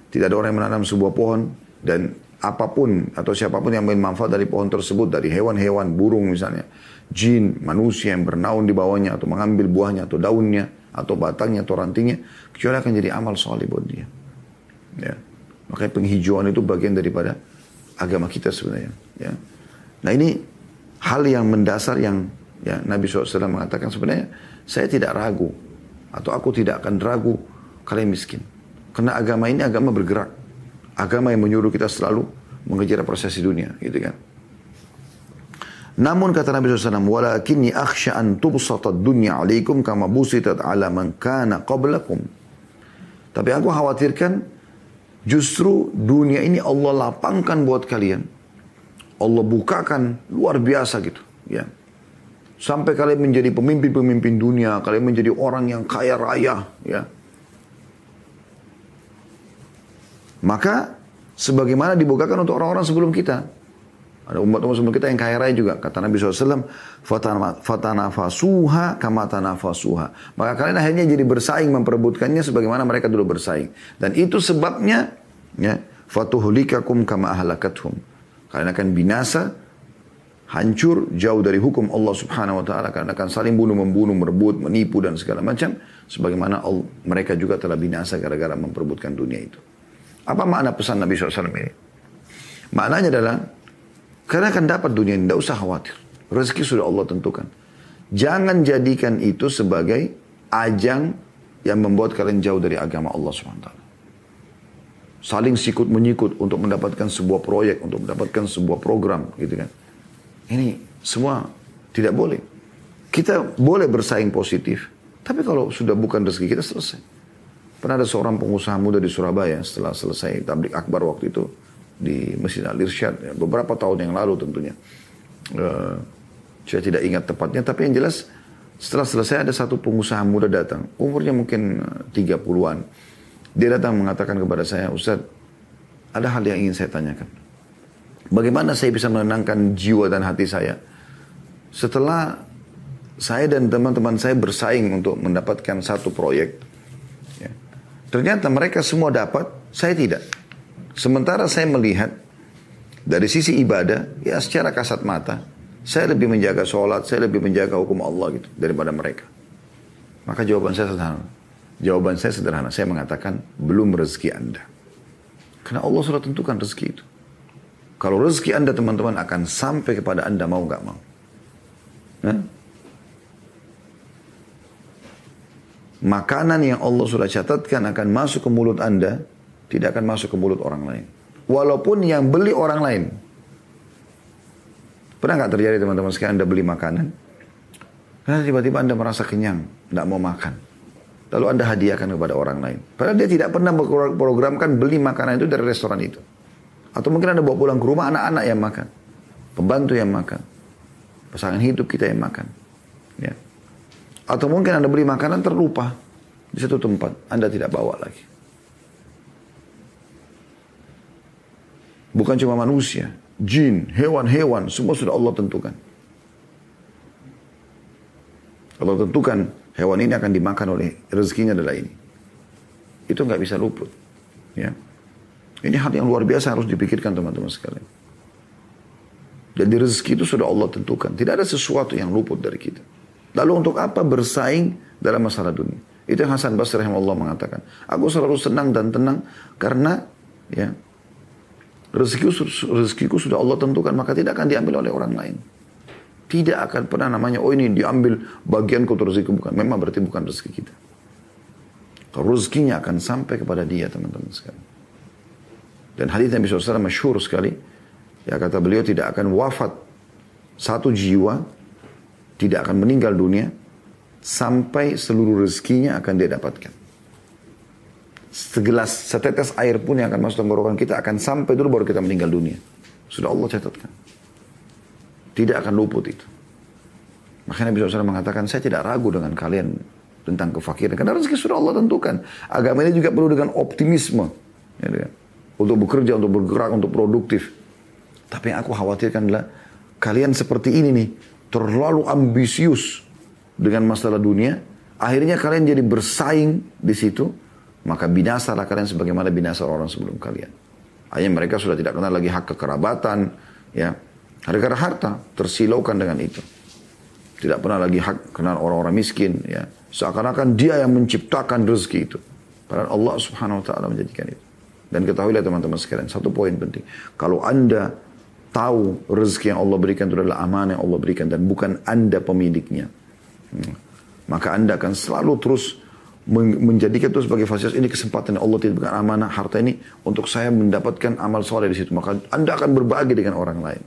Tidak ada orang yang menanam sebuah pohon dan apapun atau siapapun yang ambil manfaat dari pohon tersebut, dari hewan-hewan, burung misalnya, jin, manusia yang bernaung di bawahnya atau mengambil buahnya atau daunnya atau batangnya atau rantingnya, kecuali akan jadi amal soleh buat dia. Ya. Makanya penghijauan itu bagian daripada agama kita sebenarnya. Ya. Nah ini hal yang mendasar yang ya, Nabi SAW mengatakan sebenarnya saya tidak ragu atau aku tidak akan ragu kalian miskin. Karena agama ini agama bergerak. Agama yang menyuruh kita selalu mengejar prosesi dunia. Gitu kan. Namun kata Nabi SAW, walakinni akhsha an tubsatad dunya alaikum kama busitat ala man kana qablakum. Tapi aku khawatirkan justru dunia ini Allah lapangkan buat kalian. Allah bukakan luar biasa gitu. Ya. Sampai kalian menjadi pemimpin-pemimpin dunia. Kalian menjadi orang yang kaya raya. Ya. Maka sebagaimana dibukakan untuk orang-orang sebelum kita. Ada umat-umat sebelum kita yang kaya raya juga. Kata Nabi SAW, fatanafasuha kama tanafasuha. Maka kalian akhirnya jadi bersaing memperebutkannya sebagaimana mereka dulu bersaing. Dan itu sebabnya, ya, fatuhlikakum kama ahlakathum. Kalian akan binasa, hancur, jauh dari hukum Allah Subhanahu Wa Taala. Kalian akan saling bunuh-membunuh, merebut, menipu dan segala macam. Sebagaimana mereka juga telah binasa gara-gara memperebutkan dunia itu. Apa makna pesan Nabi SAW ini? Maknanya adalah, kalian akan dapat dunia ini, tidak usah khawatir. Rezeki sudah Allah tentukan. Jangan jadikan itu sebagai ajang yang membuat kalian jauh dari agama Allah SWT. Saling sikut menyikut untuk mendapatkan sebuah proyek, untuk mendapatkan sebuah program. Gitu kan. Ini semua tidak boleh. Kita boleh bersaing positif. Tapi kalau sudah bukan rezeki kita, selesai. Pernah ada seorang pengusaha muda di Surabaya setelah selesai tablik akbar waktu itu di Masjid Al-Irsyad, ya, beberapa tahun yang lalu tentunya. Saya tidak ingat tepatnya, tapi yang jelas setelah selesai ada satu pengusaha muda datang, umurnya mungkin 30-an. Dia datang mengatakan kepada saya, Ustaz, ada hal yang ingin saya tanyakan. Bagaimana saya bisa menenangkan jiwa dan hati saya setelah saya dan teman-teman saya bersaing untuk mendapatkan satu proyek. Ternyata mereka semua dapat, saya tidak. Sementara saya melihat dari sisi ibadah, ya secara kasat mata, saya lebih menjaga sholat, saya lebih menjaga hukum Allah gitu daripada mereka. Maka jawaban saya sederhana. Jawaban saya sederhana. Saya mengatakan, belum rezeki Anda. Karena Allah sudah tentukan rezeki itu. Kalau rezeki Anda teman-teman akan sampai kepada Anda mau gak mau. Nah? Makanan yang Allah sudah catatkan akan masuk ke mulut Anda, tidak akan masuk ke mulut orang lain. Walaupun yang beli orang lain. Pernah nggak terjadi teman-teman sekalian Anda beli makanan, karena tiba-tiba Anda merasa kenyang, tidak mau makan. Lalu Anda hadiahkan kepada orang lain. Padahal dia tidak pernah memprogramkan beli makanan itu dari restoran itu. Atau mungkin Anda bawa pulang ke rumah anak-anak yang makan. Pembantu yang makan. Pasangan hidup kita yang makan. Ya. Atau mungkin Anda beli makanan terlupa di satu tempat. Anda tidak bawa lagi. Bukan cuma manusia. Jin, hewan-hewan. Semua sudah Allah tentukan. Allah tentukan hewan ini akan dimakan oleh rezekinya adalah ini. Itu nggak bisa luput. Ya. Ini hal yang luar biasa harus dipikirkan teman-teman sekalian. Jadi rezeki itu sudah Allah tentukan. Tidak ada sesuatu yang luput dari kita. Lalu untuk apa bersaing dalam masalah dunia? Itu yang Hasan Basri rahimahullah mengatakan. Aku selalu senang dan tenang karena ya rezekiku sudah Allah tentukan, maka tidak akan diambil oleh orang lain. Tidak akan pernah namanya, oh ini diambil bagianku untuk rezeki. Bukan. Memang berarti bukan rezeki kita. Kalau rezekinya akan sampai kepada dia teman-teman sekalian. Dan hadis Nabi SAW masyhur sekali. Ya kata beliau tidak akan wafat satu jiwa, tidak akan meninggal dunia sampai seluruh rezekinya akan dia dapatkan. Setetes air pun yang akan masuk tenggorokan kita akan sampai dulu baru kita meninggal dunia. Sudah Allah catatkan. Tidak akan luput itu. Makanya Nabi SAW mengatakan, saya tidak ragu dengan kalian tentang kefakiran. Karena rezeki sudah Allah tentukan. Agama ini juga perlu dengan optimisme. Ya, kan? Untuk bekerja, untuk bergerak, untuk produktif. Tapi yang aku khawatirkan adalah kalian seperti ini nih. Terlalu ambisius dengan masalah dunia. Akhirnya kalian jadi bersaing di situ. maka binasalah kalian sebagaimana binasa orang sebelum kalian. Hanya mereka sudah tidak kenal lagi hak kekerabatan, ya, gara-gara harta tersilaukan dengan itu. Tidak pernah lagi hak kenal orang-orang miskin, ya. Seakan-akan dia yang menciptakan rezeki itu. Padahal Allah Subhanahu wa taala menjadikan itu. Dan ketahuilah teman-teman sekalian, satu poin penting. Kalau Anda tahu rezeki yang Allah berikan itu adalah amanah yang Allah berikan dan bukan Anda pemiliknya, maka Anda akan selalu terus menjadikan itu sebagai fasilitas. Ini kesempatan yang Allah titipkan amanah harta ini untuk saya mendapatkan amal soleh di situ. Maka Anda akan berbagi dengan orang lain.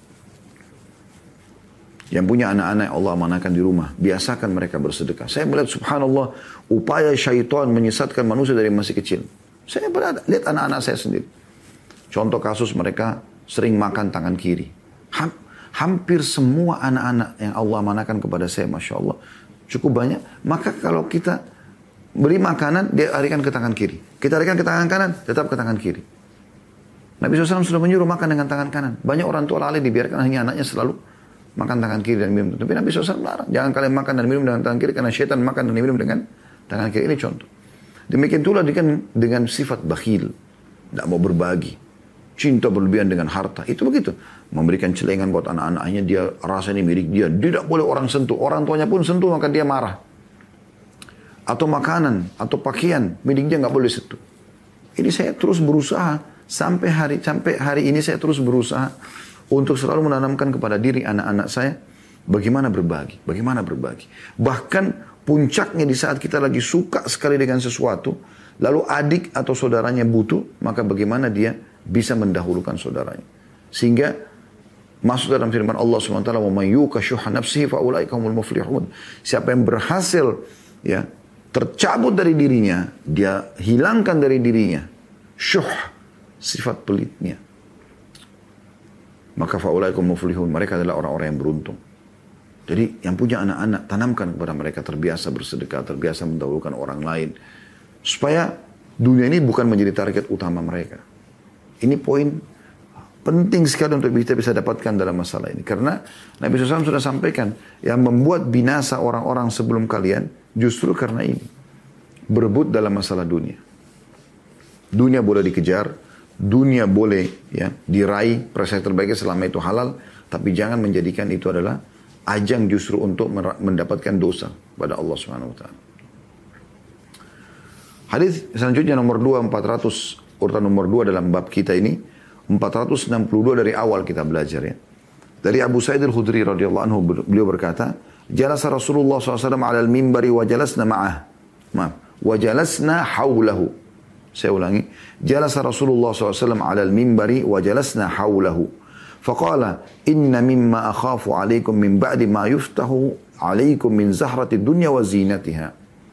Yang punya anak-anak yang Allah amanahkan di rumah, biasakan mereka bersedekah. Saya melihat subhanallah upaya syaitan menyesatkan manusia dari masih kecil. Saya lihat anak-anak saya sendiri. Contoh kasus mereka sering makan tangan kiri. Hampir semua anak-anak yang Allah amanahkan kepada saya, Masya Allah, cukup banyak. Maka kalau kita beri makanan, dia alihkan ke tangan kiri. Kita alihkan ke tangan kanan, tetap ke tangan kiri. Nabi SAW sudah menyuruh makan dengan tangan kanan. Banyak orang tua lalai dibiarkan hanya anaknya selalu makan tangan kiri dan minum. Tapi Nabi SAW melarang. Jangan kalian makan dan minum dengan tangan kiri karena syaitan makan dan minum dengan tangan kiri. Ini contoh. Demikian pula dengan sifat bakhil. Tidak mau berbagi. Cinta berlebihan dengan harta. Itu begitu. Memberikan celengan buat anak-anaknya. Dia rasa ini milik dia. Tidak boleh orang sentuh. Orang tuanya pun sentuh maka dia marah. Atau makanan. Atau pakaian. Milik dia nggak boleh sentuh. Ini saya terus berusaha. Sampai hari ini saya terus berusaha untuk selalu menanamkan kepada diri anak-anak saya bagaimana berbagi, bagaimana berbagi. Bahkan puncaknya di saat kita lagi suka sekali dengan sesuatu, lalu adik atau saudaranya butuh, maka bagaimana dia bisa mendahulukan saudaranya. Sehingga masuk dalam firman Allah SWT, "Wa may yuqa syuhha nafsihi fa ulaika humul muflihun." Siapa yang berhasil ya tercabut dari dirinya, dia hilangkan dari dirinya syuh, sifat pelitnya, maka faulaikum muflihun, mereka adalah orang-orang yang beruntung. Jadi yang punya anak-anak, tanamkan kepada mereka terbiasa bersedekah, terbiasa mendahulukan orang lain, supaya dunia ini bukan menjadi target utama mereka. Ini poin penting sekali untuk kita bisa dapatkan dalam masalah ini. Karena Nabi SAW sudah sampaikan, yang membuat binasa orang-orang sebelum kalian justru karena ini, berebut dalam masalah dunia. Dunia boleh dikejar, dunia boleh ya diraih, prestasi terbaiknya selama itu halal, tapi jangan menjadikan itu adalah ajang justru untuk mendapatkan dosa pada Allah Subhanahu wa taala. Hadis selanjutnya nomor 2, 400, urutan nomor 2 dalam bab kita ini, 462 dari awal kita belajar ya. Dari Abu Sa'id al-Khudri radhiyallahu anhu, beliau berkata, "Jalasa Rasulullah SAW 'ala al-minbari wa jalasna ma'ah." Wa jalasna haulahu. Saya ulangi. Jalasa Rasulullah SAW 'ala al-minbari wa jalasna haulahu. Faqala, "Inna mimma akhafu 'alaikum min ba'di ma yuftahu 'alaikum min zahrati dunya wa zinatiha."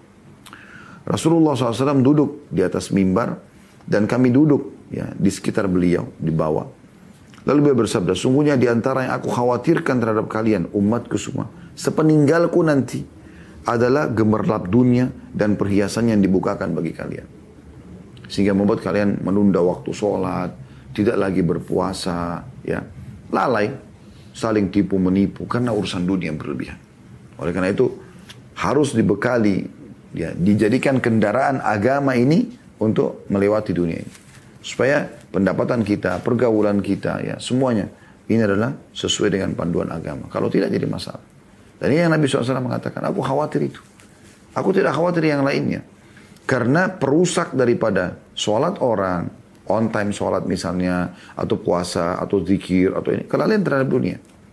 Rasulullah SAW duduk di atas mimbar dan kami duduk ya di sekitar beliau, di bawah. Lalu beliau bersabda, "Sungguhnya di antara yang aku khawatirkan terhadap kalian, umatku semua, sepeninggalku nanti, adalah gemerlap dunia dan perhiasan yang dibukakan bagi kalian. Sehingga membuat kalian menunda waktu sholat, tidak lagi berpuasa, ya, lalai, saling tipu menipu karena urusan dunia yang berlebihan. Oleh karena itu harus dibekali, ya, dijadikan kendaraan agama ini untuk melewati dunia ini, supaya pendapatan kita, pergaulan kita, ya, semuanya ini adalah sesuai dengan panduan agama. Kalau tidak jadi masalah. Dan ini yang Nabi SAW mengatakan, aku khawatir itu. Aku tidak khawatir yang lainnya. Karena perusak daripada sholat orang, on time sholat misalnya, atau puasa, atau zikir, atau ini, kelalaian terhadap dunia.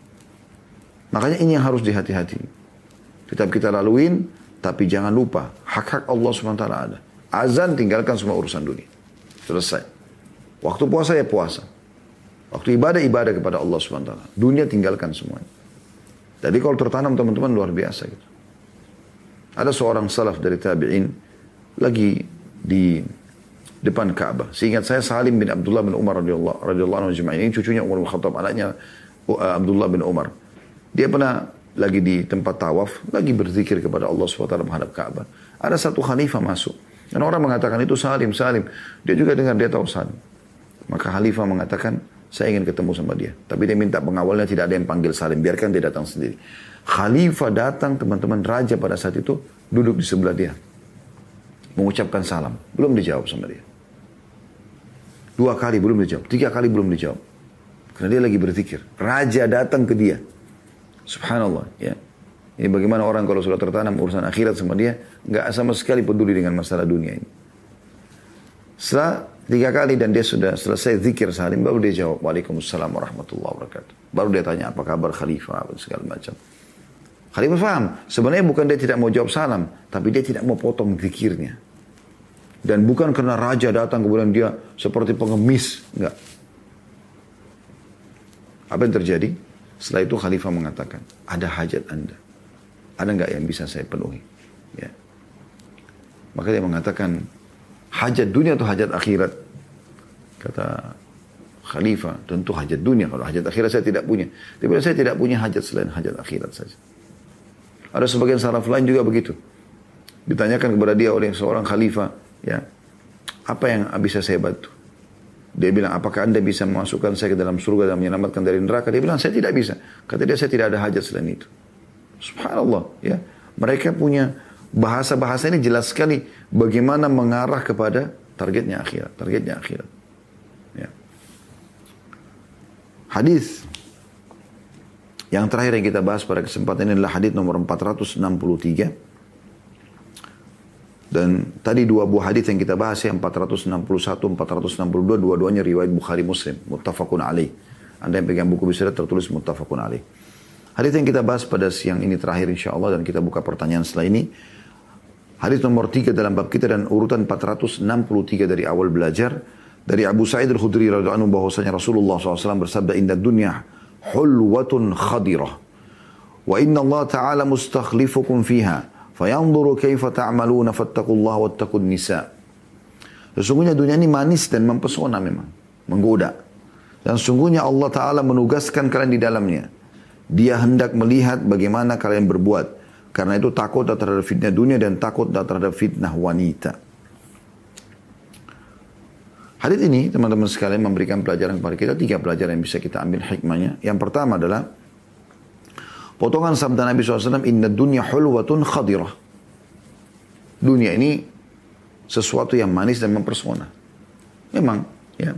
Makanya ini yang harus dihati-hati. Tetap kita laluin, tapi jangan lupa, hak-hak Allah SWT ada. Azan, tinggalkan semua urusan dunia. Selesai. Waktu puasa ya puasa. Waktu ibadah kepada Allah SWT. Dunia tinggalkan semuanya. Jadi kalau tertanam teman-teman luar biasa gitu. Ada seorang salaf dari tabi'in, lagi di depan Ka'bah. Seingat saya Salim bin Abdullah bin Umar radhiyallahu anhu jemaah. Ini cucunya Umar bin Khattab, anaknya Abdullah bin Umar. Dia pernah lagi di tempat tawaf, lagi berzikir kepada Allah SWT menghadap Ka'bah. Ada satu khalifah masuk. Dan orang mengatakan itu Salim. Dia juga dengar, dia tahu Salim. Maka khalifah mengatakan, saya ingin ketemu sama dia. Tapi dia minta pengawalnya tidak ada yang panggil Salim. Biarkan dia datang sendiri. Khalifah datang, teman-teman, raja pada saat itu duduk di sebelah dia. mengucapkan salam. Belum dijawab sama dia. 2 kali belum dijawab. 3 kali belum dijawab. Karena dia lagi berzikir. Raja datang ke dia. Subhanallah. Ya. Ini bagaimana orang kalau sudah tertanam urusan akhirat sama dia, nggak sama sekali peduli dengan masalah dunia ini. Setelah 3 kali dan dia sudah selesai zikir salim, baru dia jawab, Waalaikumsalam warahmatullahi wabarakatuh. Baru dia tanya, apa kabar Khalifah, segala macam. Khalifah paham, sebenarnya bukan dia tidak mau jawab salam, tapi dia tidak mau potong zikirnya. Dan bukan karena raja datang kemudian dia seperti pengemis, enggak. Apa yang terjadi? Setelah itu Khalifah mengatakan, ada hajat Anda. Ada enggak yang bisa saya penuhi? Ya. Maka dia mengatakan, hajat dunia atau hajat akhirat? Kata Khalifah, tentu hajat dunia. Kalau hajat akhirat saya tidak punya. Tapi saya tidak punya hajat selain hajat akhirat saja. Ada sebagian salaf lain juga begitu. Ditanyakan kepada dia oleh seorang khalifah, ya, apa yang bisa saya bantu? Dia bilang, apakah Anda bisa memasukkan saya ke dalam surga dan menyelamatkan dari neraka? Dia bilang, saya tidak bisa. Kata dia, saya tidak ada hajat selain itu. Subhanallah, ya. Mereka punya bahasa-bahasa ini jelas sekali bagaimana mengarah kepada targetnya akhirat. Ya. Hadis yang terakhir yang kita bahas pada kesempatan ini adalah hadis nomor 463. Dan tadi 2 buah hadis yang kita bahas, yang 461, 462, dua-duanya riwayat Bukhari Muslim, muttafaqun alaih. Anda yang pegang buku bisa tertulis muttafaqun alaih. Hadis yang kita bahas pada siang ini terakhir insyaAllah, dan kita buka pertanyaan setelah ini. Hadis nomor 3 dalam bab kita dan urutan 463 dari awal belajar. Dari Abu Sa'id al-Khudri radhiyallahu anhu bahwasanya Rasulullah SAW bersabda, inna dunya hulwatun khadirah. Wa inna Allah ta'ala mustakhlifukum fiha. Fayanzuru kaifa ta'maluna fattaqullaha wattaqun nisa. Sesungguhnya dunia ini manis dan mempesona memang. Menggoda. Dan sesungguhnya Allah Ta'ala menugaskan kalian di dalamnya. Dia hendak melihat bagaimana kalian berbuat. Karena itu takut terhadap fitnah dunia dan takut terhadap fitnah wanita. Hadis ini teman-teman sekalian memberikan pelajaran kepada kita. 3 pelajaran yang bisa kita ambil hikmahnya. Yang pertama adalah potongan sabda Nabi SAW, inna dunya hulwatun khadirah. Dunia ini sesuatu yang manis dan mempesona. Memang, ya.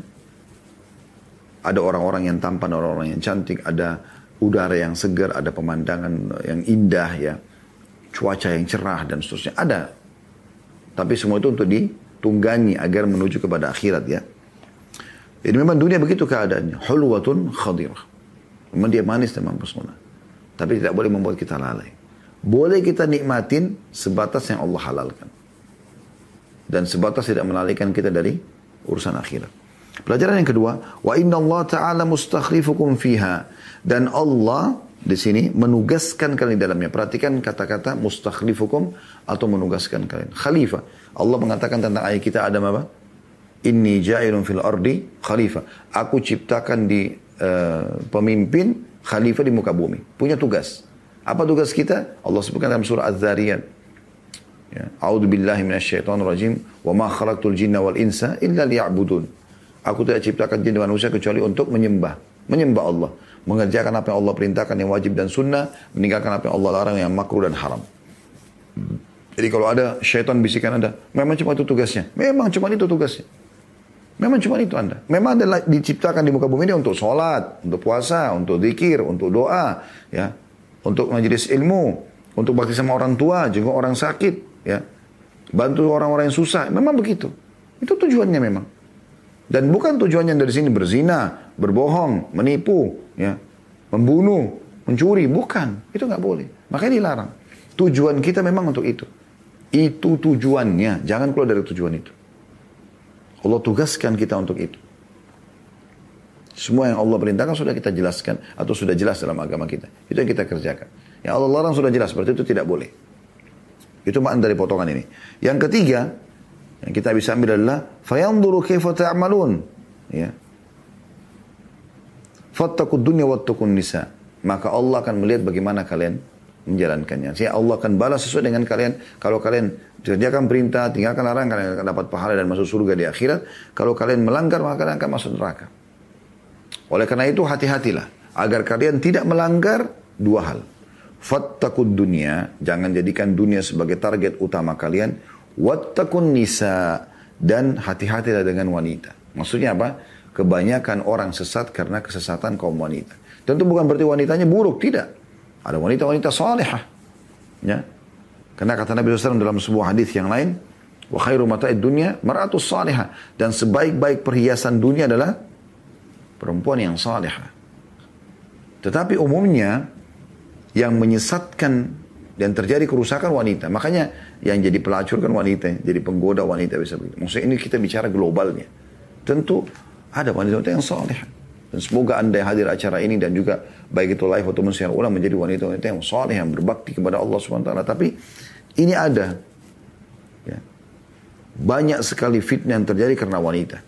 Ada orang-orang yang tampan, orang-orang yang cantik, ada udara yang segar, ada pemandangan yang indah, ya. Cuaca yang cerah dan seterusnya. Ada. Tapi semua itu untuk ditunggangi agar menuju kepada akhirat, ya. Jadi memang dunia begitu keadaannya. Hulwatun khadirah. Memang dia manis dan mempesona. Tapi tidak boleh membuat kita lalai. Boleh kita nikmatin sebatas yang Allah halalkan. Dan sebatas tidak melalaikan kita dari urusan akhirat. Pelajaran yang kedua, wa inna Allah ta'ala mustakhlifukum fiha. Dan Allah di sini menugaskan kalian di dalamnya. Perhatikan kata-kata mustakhlifukum atau menugaskan kalian. Khalifah. Allah mengatakan tentang ayat kita Adam apa? Inni ja'ilun fil ardi khalifah. Aku ciptakan di pemimpin khalifah di muka bumi. Punya tugas. Apa tugas kita? Allah sebutkan dalam surah Az-Zariyat. Ya. A'udzubillahi minasyaitonirrajim. Wa ma khalaqtul jinna wal insa illa liya'budun. Aku tidak ciptakan jin dan manusia kecuali untuk menyembah. Menyembah Allah. Mengerjakan apa yang Allah perintahkan yang wajib dan sunnah. Meninggalkan apa yang Allah larang yang makruh dan haram. Jadi kalau ada syaitan bisikan Anda, memang cuma itu tugasnya. Memang cuma itu tugasnya. Memang cuma itu Anda. Memang Anda diciptakan di muka bumi ini untuk sholat, untuk puasa, untuk zikir, untuk doa, ya, untuk majelis ilmu, untuk bakti sama orang tua, jenguk orang sakit, ya, bantu orang-orang yang susah. Memang begitu. Itu tujuannya memang. Dan bukan tujuannya dari sini berzina, berbohong, menipu, ya, membunuh, mencuri. Bukan. Itu nggak boleh. Makanya dilarang. Tujuan kita memang untuk itu. Itu tujuannya. Jangan keluar dari tujuan itu. Allah tugaskan kita untuk itu. Semua yang Allah perintahkan sudah kita jelaskan atau sudah jelas dalam agama kita. Itu yang kita kerjakan. Yang Allah larang sudah jelas, berarti itu tidak boleh. Itu makna dari potongan ini. Yang ketiga, yang kita bisa ambil adalah fayanzuru kaifa ta'malun. Ya. Fattaqud dunya wattaqun nisa. Maka Allah akan melihat bagaimana kalian menjalankannya. Sehingga Allah akan balas sesuai dengan kalian. Kalau kalian kerjakan perintah, tinggalkan larangan, kalian akan dapat pahala dan masuk surga di akhirat. Kalau kalian melanggar, maka kalian akan masuk neraka. Oleh karena itu, hati-hatilah. Agar kalian tidak melanggar 2 hal. Fattaqud dunya, jangan jadikan dunia sebagai target utama kalian. Wattaqun nisa, dan hati-hatilah dengan wanita. Maksudnya apa? Kebanyakan orang sesat karena kesesatan kaum wanita. Tentu bukan berarti wanitanya buruk, tidak. Ada wanita-wanita salihah. Ya. Karena kata Nabi SAW dalam sebuah hadis yang lain, wa khairu mata'id dunya mar'atus salihah, dan sebaik-baik perhiasan dunia adalah perempuan yang salihah. Tetapi umumnya yang menyesatkan dan terjadi kerusakan wanita. Makanya yang jadi pelacur kan wanita, jadi penggoda wanita bisa begitu. Maksudnya ini kita bicara globalnya. Tentu ada wanita-wanita yang saleh. Dan semoga Anda yang hadir acara ini dan juga baik itu live atau siaran ulang menjadi wanita-wanita yang saleh, yang berbakti kepada Allah SWT. Tapi ini ada. Ya. Banyak sekali fitnah yang terjadi karena wanita.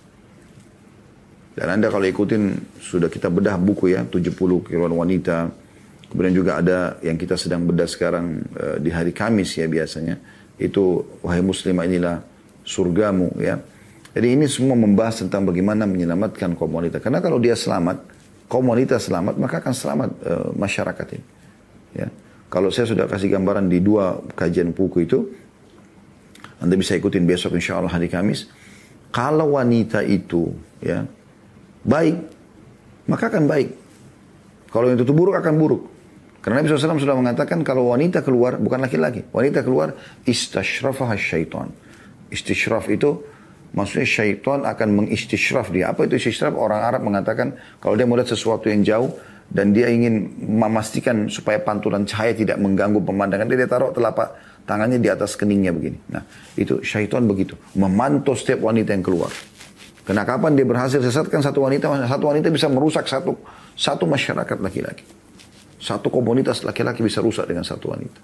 Dan Anda kalau ikutin, sudah kita bedah buku ya, 70 kiloan wanita. Kemudian juga ada yang kita sedang bedah sekarang di hari Kamis ya biasanya. Itu, wahai muslimah inilah surgamu ya. Jadi ini semua membahas tentang bagaimana menyelamatkan kaum wanita. Karena kalau dia selamat, kaum wanita selamat, maka akan selamat masyarakat ini. Ya. Kalau saya sudah kasih gambaran di 2 kajian buku itu, Anda bisa ikutin besok insya Allah hari Kamis. Kalau wanita itu ya baik, maka akan baik. Kalau yang itu buruk akan buruk. Karena Nabi SAW sudah mengatakan kalau wanita keluar, bukan laki-laki, wanita keluar, istashrafaha syaitan. Istishraf itu, maksudnya syaitan akan mengistishraf dia. Apa itu istishraf? Orang Arab mengatakan kalau dia melihat sesuatu yang jauh dan dia ingin memastikan supaya pantulan cahaya tidak mengganggu pemandangan, dia taruh telapak tangannya di atas keningnya begini. Nah, itu syaitan begitu, memantau setiap wanita yang keluar. Karena kapan dia berhasil sesatkan satu wanita bisa merusak satu masyarakat laki-laki. Satu komunitas laki-laki bisa rusak dengan satu wanita.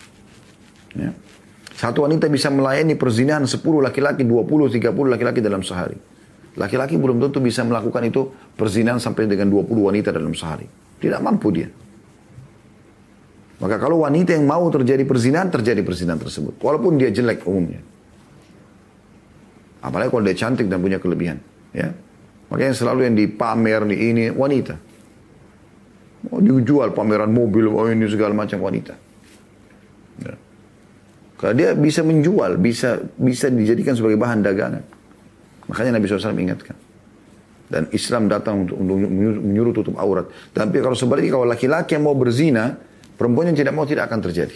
Ya. Satu wanita bisa melayani perzinahan 10 laki-laki, 20, 30 laki-laki dalam sehari. Laki-laki belum tentu bisa melakukan itu perzinahan sampai dengan 20 wanita dalam sehari. Tidak mampu dia. Maka kalau wanita yang mau terjadi perzinahan tersebut. Walaupun dia jelek umumnya. Apalagi kalau dia cantik dan punya kelebihan. Ya. Makanya selalu yang dipamer di ini wanita. Oh, dijual pameran mobil, oh ini segala macam wanita. Ya. Kalau dia bisa menjual, bisa dijadikan sebagai bahan dagangan. Makanya Nabi SAW ingatkan. Dan Islam datang untuk menyuruh tutup aurat. Tapi kalau sebaliknya, kalau laki-laki yang mau berzina, perempuan yang tidak mau tidak akan terjadi.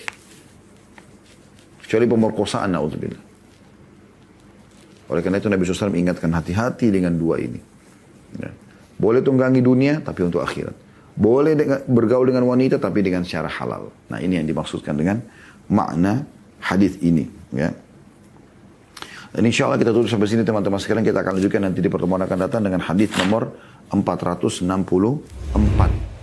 Kecuali pemerkosaan, na'udzubillah. Oleh karena itu Nabi SAW ingatkan hati-hati dengan 2 ini. Ya. Boleh tunggangi dunia, tapi untuk akhirat. Boleh bergaul dengan wanita, tapi dengan secara halal. Nah ini yang dimaksudkan dengan makna hadis ini. Ya. Dan insya Allah kita tutup sampai sini teman-teman sekalian. Kita akan lanjutkan nanti di pertemuan akan datang dengan hadis nomor 464.